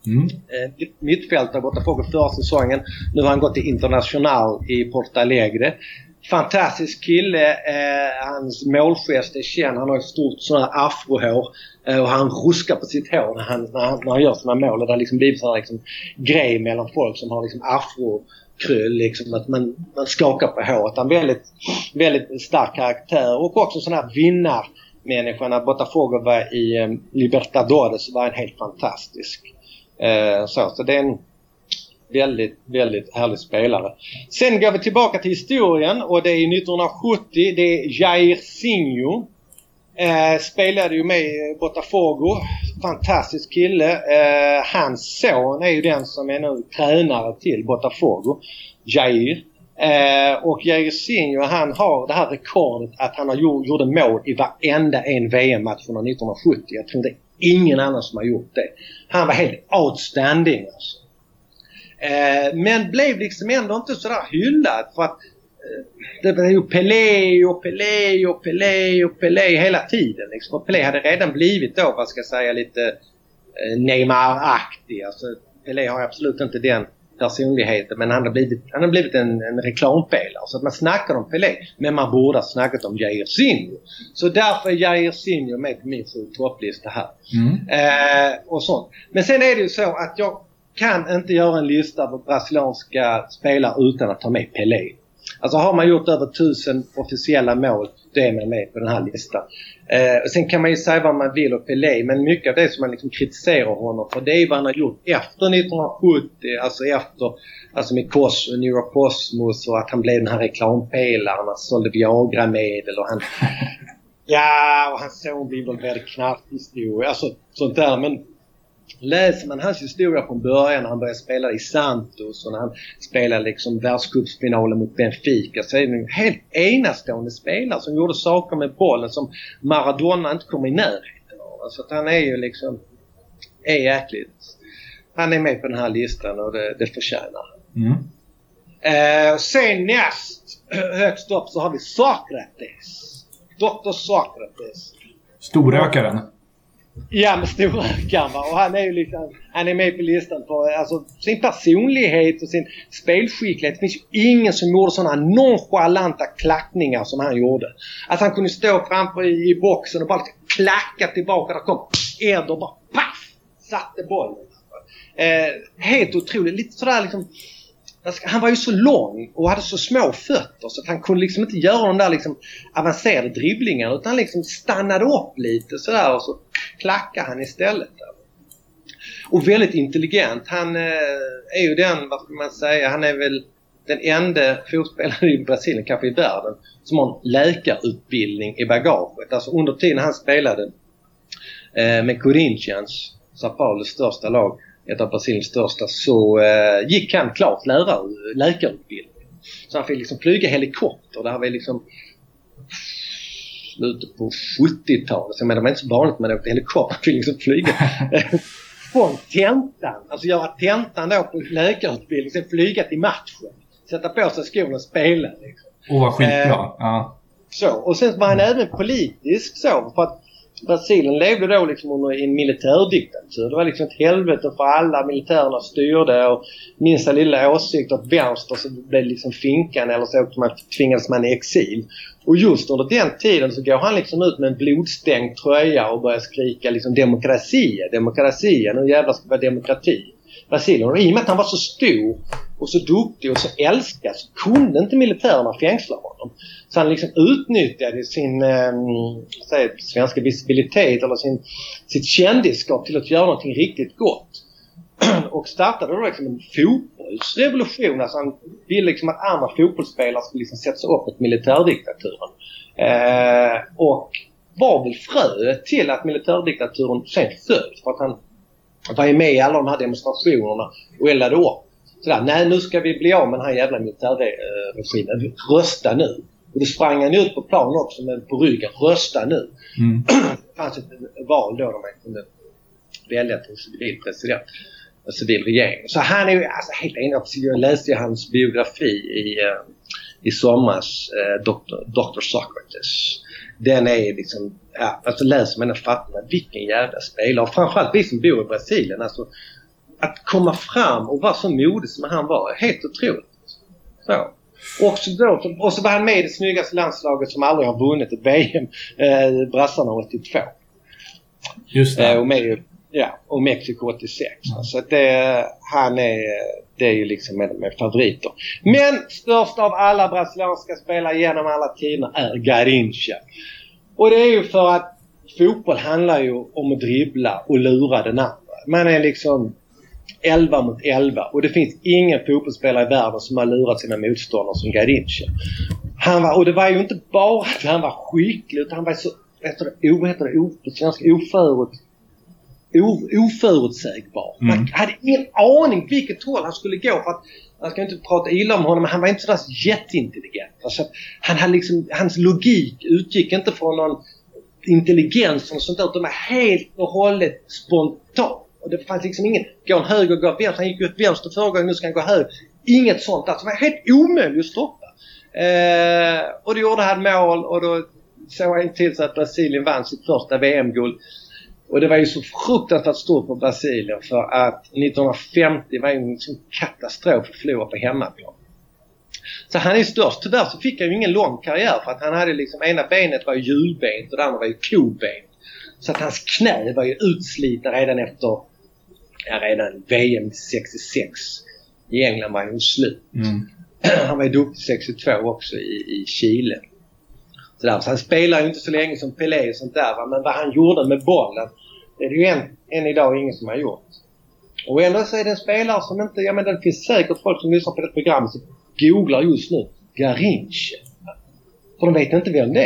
Mittfältare Botafogo förra säsongen. Nu har han gått till Internacional i Porto Alegre. Fantastisk kille, hans målgest är känd. Han har ett stort sån här afrohår och han ruskar på sitt hår när han gör sina mål. Och det har liksom blivit sån här liksom grej mellan folk som har liksom afrokryll, liksom att man skakar på håret. Han är väldigt, väldigt stark karaktär och också sån här vinnarmänniska. När Botafogo var i Libertadores var han helt fantastisk. Så det är en väldigt, väldigt härlig spelare. Sen går vi tillbaka till historien och det är 1970. Det är Jairzinho. Spelade ju med i Botafogo. Fantastisk kille. Hans son är ju den som är nu tränare till Botafogo, Jair. Och Jairzinho, han har det här rekordet att han gjorde mål i varenda en VM-match från 1970. Jag tror det är ingen annan som har gjort det. Han var helt outstanding alltså. Men blev liksom ändå inte sådär hyllad, för att det var ju Pelé hela tiden liksom. Och Pelé hade redan blivit då, vad ska jag säga, lite Neymar-aktig. Alltså, Pelé har absolut inte den personligheten, men han har blivit en reklampelare. Så att man snackar om Pelé, men man borde ha snackat om Jairzinho. Så därför är Jairzinho med på min topplista här. Och sånt. Men sen är det ju så att jag kan inte göra en lista på brasilianska spelare utan att ta med Pelé. Alltså har man gjort över 1000 officiella mål, då är man med på den här listan. Sen kan man ju säga vad man vill om Pelé, men mycket av det som man liksom kritiserar honom för, det är vad han har gjort efter 1970, alltså med Kos och Neuroposmos, och att han blev den här reklampelaren, han sålde Viagra-medel och han och hans son blev väl väldigt knarkhistoria, alltså sånt där. Men läser man hans historia från början när han började spela i Santos och när han spelade liksom världscupsfinalen mot Benfica, så är det en helt enastående spelare som gjorde saker med bollen som Maradona inte kom i närheten av. Så att han är ju liksom jäkligt. Han är med på den här listan och det förtjänar. Sen näst högst upp så har vi Sokrates. Dr. Sokrates. Storrökaren. Ja, med storrökaren, va? Och han är ju liksom, han är med på listan på alltså, sin personlighet och sin spelskicklighet. Det finns ju ingen som gjorde sådana nonchalanta klackningar som han gjorde. Att han kunde stå framför i boxen och bara klacka tillbaka. Där kom Eder och bara paff! Satte bollen. Helt otroligt. Lite sådär liksom. Han var ju så lång och hade så små fötter så att han kunde liksom inte göra de där liksom avancerade dribblingarna, utan liksom stannade upp lite sådär och så klackade han istället. Och väldigt intelligent. Han är ju den, vad ska man säga, han är väl den enda fotbollsspelaren i Brasilien, kanske i världen, som har en läkarutbildning i bagaget. Alltså under tiden han spelade med Corinthians, São Paulos största lag, ett av Brasiliens största, så gick han klart läkarutbildning. Så han fick liksom flyga helikopter. Det här var liksom slutet på 70-talet. Så det var inte så vanligt, men det var helikopter. Han fick liksom flyga. från tentan, alltså göra tentan då på läkarutbildning, sen flyga till matchen, sätta på sig skorna och spela liksom. Vad skitbra. Ja. Så, och sen var han även politisk så, för att Brasilien levde då liksom under en militärdiktatur. Det var liksom ett helvete för alla, militärerna styrde och minsta lilla åsikt åt vänster så blev liksom finkan eller så tvingades man i exil. Och just under den tiden så går han liksom ut med en blodstänkt tröja och börjar skrika liksom demokrati, nu jävlar ska det vara demokrati. Brasilien, och i och med att han var så stor och så duktig och så älskad så kunde inte militärerna fängsla honom. Så han liksom utnyttjade sin svenska visibilitet eller sitt kändisskap till att göra någonting riktigt gott. Och startade då liksom en fotbollsrevolution. Alltså han ville liksom att andra fotbollsspelare skulle liksom sätta sig upp mot militärdiktaturen. Och var väl fröet till att militärdiktaturen sen föll. För att han var ju med i alla de här demonstrationerna och eldade upp. Sådär, nej nu ska vi bli av med den här jävla militärregimen. Rösta nu. Och då sprang han ut på planen också med på ryggen. Rösta nu. Det fanns ett val då man kunde välja till civil president. En civil regering. Så han är ju alltså helt enig. Jag läste ju hans biografi i somras. Dr. Socrates. Den är liksom, ja, alltså läser man den fattar man vilken jävla spelare. Och framförallt vi som bor i Brasilien. Alltså, att komma fram och vara så modig som han var. Helt otroligt. Så. Och så var han med i det snyggaste landslaget som aldrig har vunnit ett VM. Brassarna 82. Just det. Och Mexiko 86. Så att det är ju liksom med favoriter. Men störst av alla brasilianska spelare genom alla tider är Garrincha. Och det är ju för att fotboll handlar ju om att dribbla och lura den andra. Man är liksom 11 mot 11 och det finns ingen fotbollsspelare i världen som har lurat sina motståndare som Garrincha. Och det var ju inte bara att han var skicklig utan han var så oförutsägbar. Man hade ingen aning vilket håll han skulle gå för att man ska inte prata illa om honom men han var inte sådär jätteintelligent. Alltså, hans logik utgick inte från någon intelligens och sånt där utan var helt och hållet spontant. Och det fanns liksom ingen, gå en höger och gå vänster. Han gick ut vänster förra gången, nu ska han gå höger. Inget sånt. Alltså, det var helt omöjligt att stoppa. Och det gjorde han mål och då såg han till så att Brasilien vann sitt första VM-guld. Och det var ju så fruktansvärt stort på Brasilien för att 1950 var en katastrof att förlora på hemmaplan. Så han är störst. Tyvärr så fick han ju ingen lång karriär för att han hade liksom, ena benet var ju hjulbent och det andra var ju kobent. Så att hans knä var ju utslitna redan efter redan VM 66 i England var ju slut. Han var ju duktig 62 också i Chile. Så han spelar ju inte så länge som Pelé och sånt där. Men vad han gjorde med bollen, det är det ju än idag ingen som har gjort. Och ändå så är det en spelare som inte, ja men det finns säkert folk som lyssnar på det programmet som googlar just nu Garrincha. För de vet inte vem det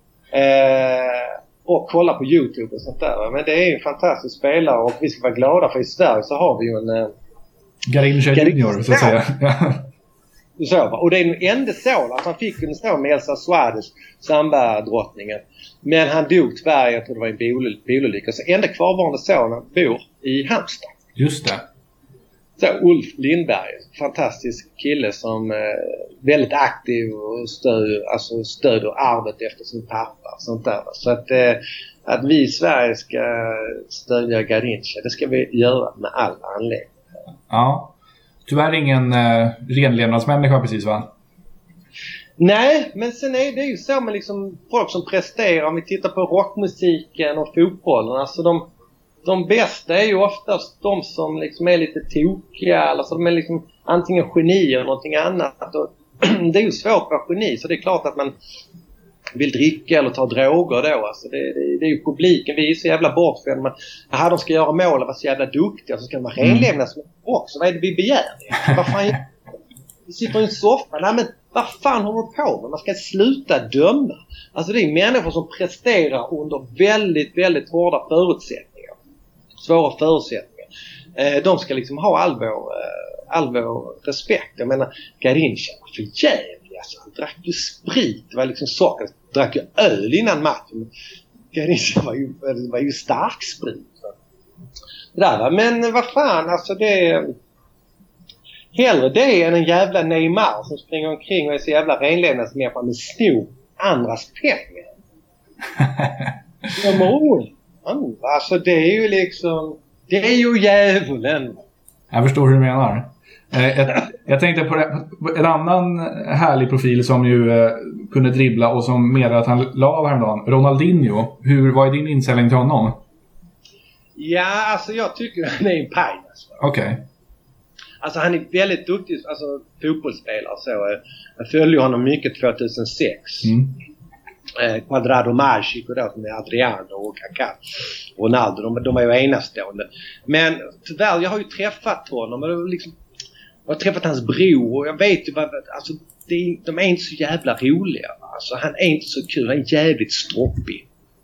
är. Och kolla på YouTube och sånt där. Men det är ju en fantastisk spelare och vi ska vara glada för i Sverige så har vi ju en Garrincha Junior så att säga. Så, och det är den enda son. Alltså han fick en son med Elsa Suarez, samba-drottningen. Men han dog tyvärr, jag tror det var en bilolycka. Så enda kvarvarande sonen bor i Halmstad. Just det. Så Ulf Lindberg, fantastisk kille som väldigt aktiv och stöder arvet efter sin pappa och sånt där. Så att vi i Sverige ska stödja Garrincha, det ska vi göra med all anledning. Ja, tyvärr ingen renlevnadsmänniska precis va? Nej, men sen är det ju så med liksom folk som presterar, om vi tittar på rockmusiken och fotbollen, alltså de bästa är ju oftast de som liksom är lite tokiga, alltså de är liksom antingen genier eller någonting annat. Och det är ju svårt att vara geni, så det är klart att man vill dricka eller ta droger då. Alltså det är ju publiken, vi är så jävla bortskämda. Men de ska göra mål och vara så jävla duktiga, så ska de vara renlevnas också. Vad är det vi begär? Vad fan, vi sitter i en soffa. Nej men vad fan håller du på med? Man ska sluta döma. Alltså det är människor som presterar under väldigt, väldigt hårda förutsättningar. Svåra förutsättningar. De ska liksom ha all vår respekt. Jag menar, Garrincha var för jävlig. Alltså, han drack ju sprit. Det var liksom socker. Drack ju öl innan matchen. Garrincha var ju stark sprit. där, va? Men vad fan, alltså det... Hellre det än en jävla Neymar som springer omkring och är så jävla renlevnadsmänniska med snor andras pengar. Alltså det är ju liksom... Det är ju djävulen. Jag förstår hur du menar. Jag tänkte på en annan härlig profil som ju kunde dribbla och som meddelade att han la av häromdagen. Ronaldinho. Vad är din inställning till honom? Ja, alltså jag tycker han är en paj. Okej. Alltså han är väldigt duktig, alltså fotbollsspelare så. Jag följde honom mycket 2006. Quadrado Magico då, som är Adriano och Kaká. Ronaldo, de är ju enastående. Men tyvärr, jag har ju träffat honom och liksom, jag har träffat hans bror och jag vet ju vad, alltså de är inte så jävla roliga. Alltså han är inte så kul, han är jävligt stroppig.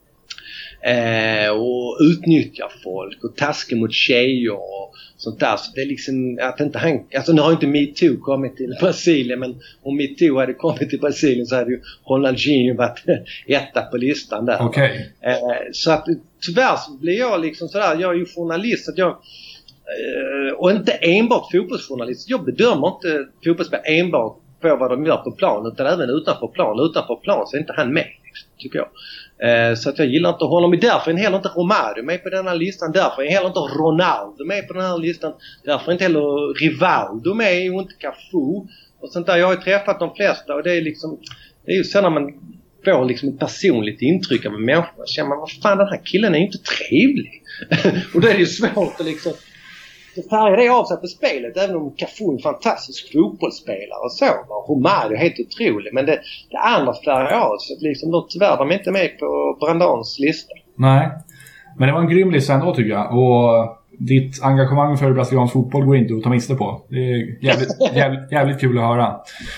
Och utnyttjar folk och taskar mot tjejer och sånt där. Så det är liksom att inte han, alltså nu har inte MeToo kommit till Brasilien, men om MeToo hade kommit till Brasilien så hade ju Ronaldinho varit etta på listan där. Okay. Så att tyvärr så blir jag liksom sådär, jag är ju journalist att jag och inte enbart fotbollsjournalist. Jag bedömer inte fotbollsspel enbart på vad de gör på plan utan även utanför plan. Utanför plan så är inte han med liksom, tycker jag. Så att jag gillar inte honom. Därför är heller inte Romario med på den här listan. Därför är heller inte Ronaldo med på den här listan. Därför är inte heller Rivaldo med och inte Cafu. Och sånt där. Jag har ju träffat de flesta och det är liksom, det är ju så när man får liksom ett personligt intryck av en människa. Så känner man, vad fan, den här killen är ju inte trevlig. Och då är det ju svårt att liksom färgar det av sig på spelet, även om Cafu är en fantastisk fotbollsspelare och så. Romario är helt otrolig, men det andra färgar av sig. Liksom, då tyvärr de är inte med på Brandans lista. Nej, men det var en grym lista ändå tycker jag. Och ditt engagemang för brasiliansk fotboll går inte att ta miste på. Det är jävligt kul att höra.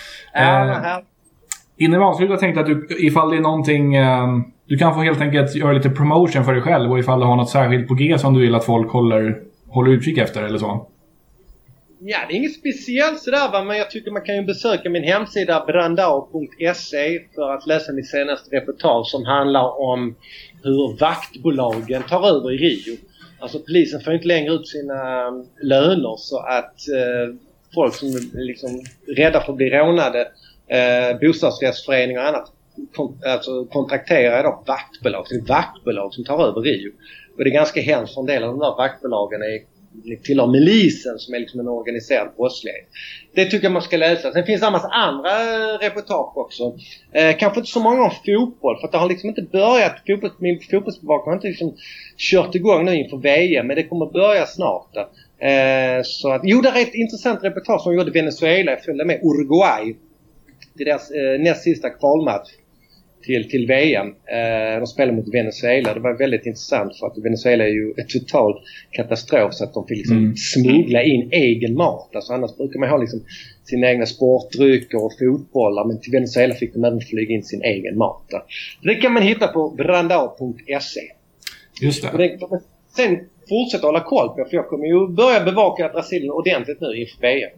Innan vi avslutar tänkte jag att ifall det är någonting... du kan få helt enkelt göra lite promotion för dig själv och ifall du har något särskilt på G som du vill att folk håller utkik efter eller så. Ja, det är inget speciellt sådär, va? Men jag tycker man kan ju besöka min hemsida brandao.se för att läsa min senaste reportage som handlar om hur vaktbolagen tar över i Rio. Alltså polisen får inte längre ut sina löner så att folk som är liksom rädda för att bli rånade, bostadsrättsföreningar och annat, kontrakterar då vaktbolag. Det är vaktbolag som tar över Rio. Och det är ganska hemskt för en del av de där vaktbolagen tillhör milisen som är liksom en organiserad brottslighet. Det tycker jag man ska läsa. Sen finns det en massa andra reportage också. Kanske inte så många om fotboll för att det har liksom inte börjat. Min fotbollsbevakning har inte liksom kört igång nu inför VM, men det kommer börja snart. Så att, det är ett intressant reportage som gjorde Venezuela. Jag följde med Uruguay till deras näst sista kvalmatch till VM. De spelade mot Venezuela. Det var väldigt intressant för att Venezuela är ju ett total katastrof så att de fick liksom smuggla in egen mat. Alltså annars brukar man ha liksom sina egna sportdrycker och fotbollar, men till Venezuela fick de även flyga in sin egen mat. Det kan man hitta på brandao.se. Just det. Och sen fortsätta hålla koll på, för jag kommer ju börja bevaka Brasilien ordentligt nu inför VM.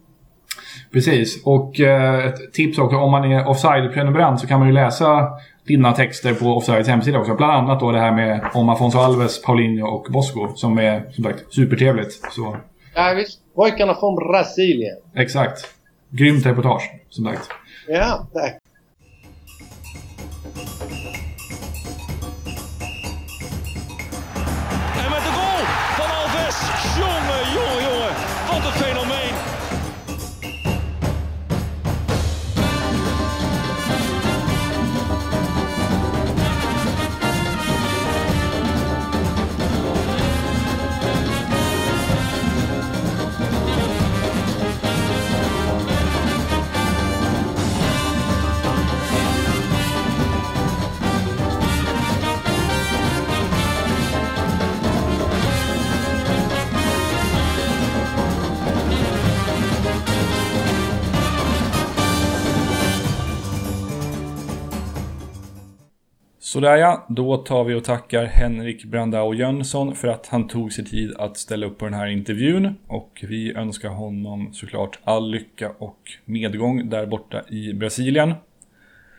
Precis, och ett tips också, om man är Offside-prenumerant så kan man ju läsa dina texter på Offsides hemsida också. Bland annat då det här med om Afonso Alves, Paulinho och Bosco som är som sagt supertrevligt. Så... Ja visst, pojkarna från Brasilien. Exakt, grymt reportage som sagt. Ja, tack. En met de goal van Alves. Jongen. Wat een fenomeen. Sådär ja, då tar vi och tackar Henrik Brandao Jönsson för att han tog sig tid att ställa upp på den här intervjun. Och vi önskar honom såklart all lycka och medgång där borta i Brasilien.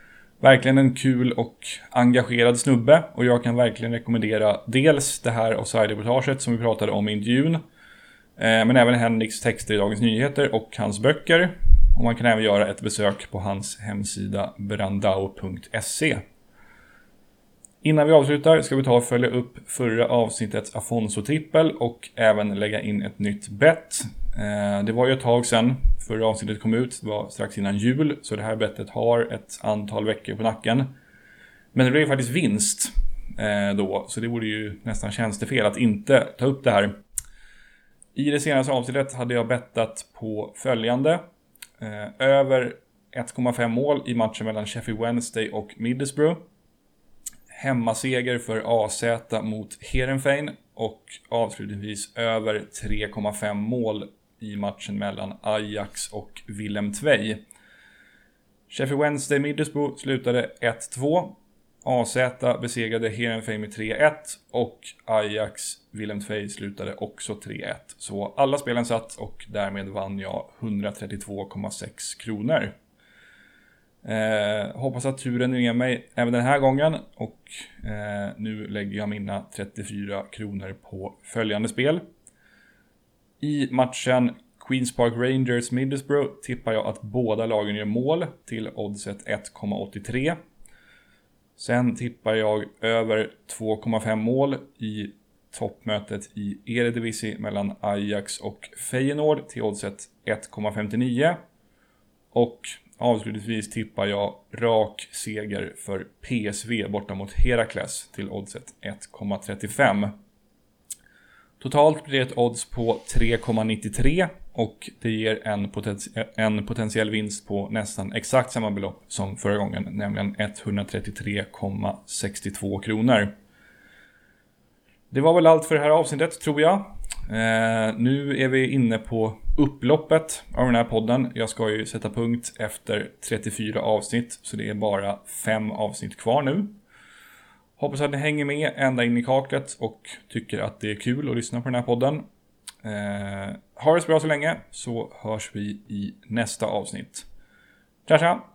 Verkligen en kul och engagerad snubbe, och jag kan verkligen rekommendera dels det här offside-reportaget som vi pratade om i intervjun, men även Henriks texter i Dagens Nyheter och hans böcker. Och man kan även göra ett besök på hans hemsida brandao.se. Innan vi avslutar ska vi ta och följa upp förra avsnittets Afonso-trippel och även lägga in ett nytt bett. Det var ju ett tag sedan förra avsnittet kom ut, det var strax innan jul, så det här bettet har ett antal veckor på nacken. Men det blev faktiskt vinst då, så det vore ju nästan tjänstefel att inte ta upp det här. I det senaste avsnittet hade jag bettat på följande. Över 1,5 mål i matchen mellan Sheffield Wednesday och Middlesbrough. Hemmaseger för AZ mot Heerenveen och avslutningsvis över 3,5 mål i matchen mellan Ajax och Willem II. Sheffield Wednesday Middlesbrough slutade 1-2. AZ besegrade Heerenveen med 3-1 och Ajax Willem II slutade också 3-1. Så alla spelen satt och därmed vann jag 132,6 kronor. Hoppas att turen är med mig även den här gången, och nu lägger jag mina 34 kronor på följande spel. I matchen Queens Park Rangers Middlesbrough tippar jag att båda lagen gör mål till oddset 1,83. Sen tippar jag över 2,5 mål i toppmötet i Eredivisie mellan Ajax och Feyenoord till oddset 1,59. Och avslutningsvis tippar jag rak seger för PSV borta mot Herakles till oddset 1,35. Totalt blir det ett odds på 3,93 och det ger en potentiell vinst på nästan exakt samma belopp som förra gången, nämligen 133,62 kronor. Det var väl allt för det här avsnittet, tror jag. Nu är vi inne på upploppet av den här podden. Jag ska ju sätta punkt efter 34 avsnitt, så det är bara 5 avsnitt kvar nu. Hoppas att ni hänger med ända in i kaklet och tycker att det är kul att lyssna på den här podden. Ha det så bra så länge, så hörs vi i nästa avsnitt. Tja tja!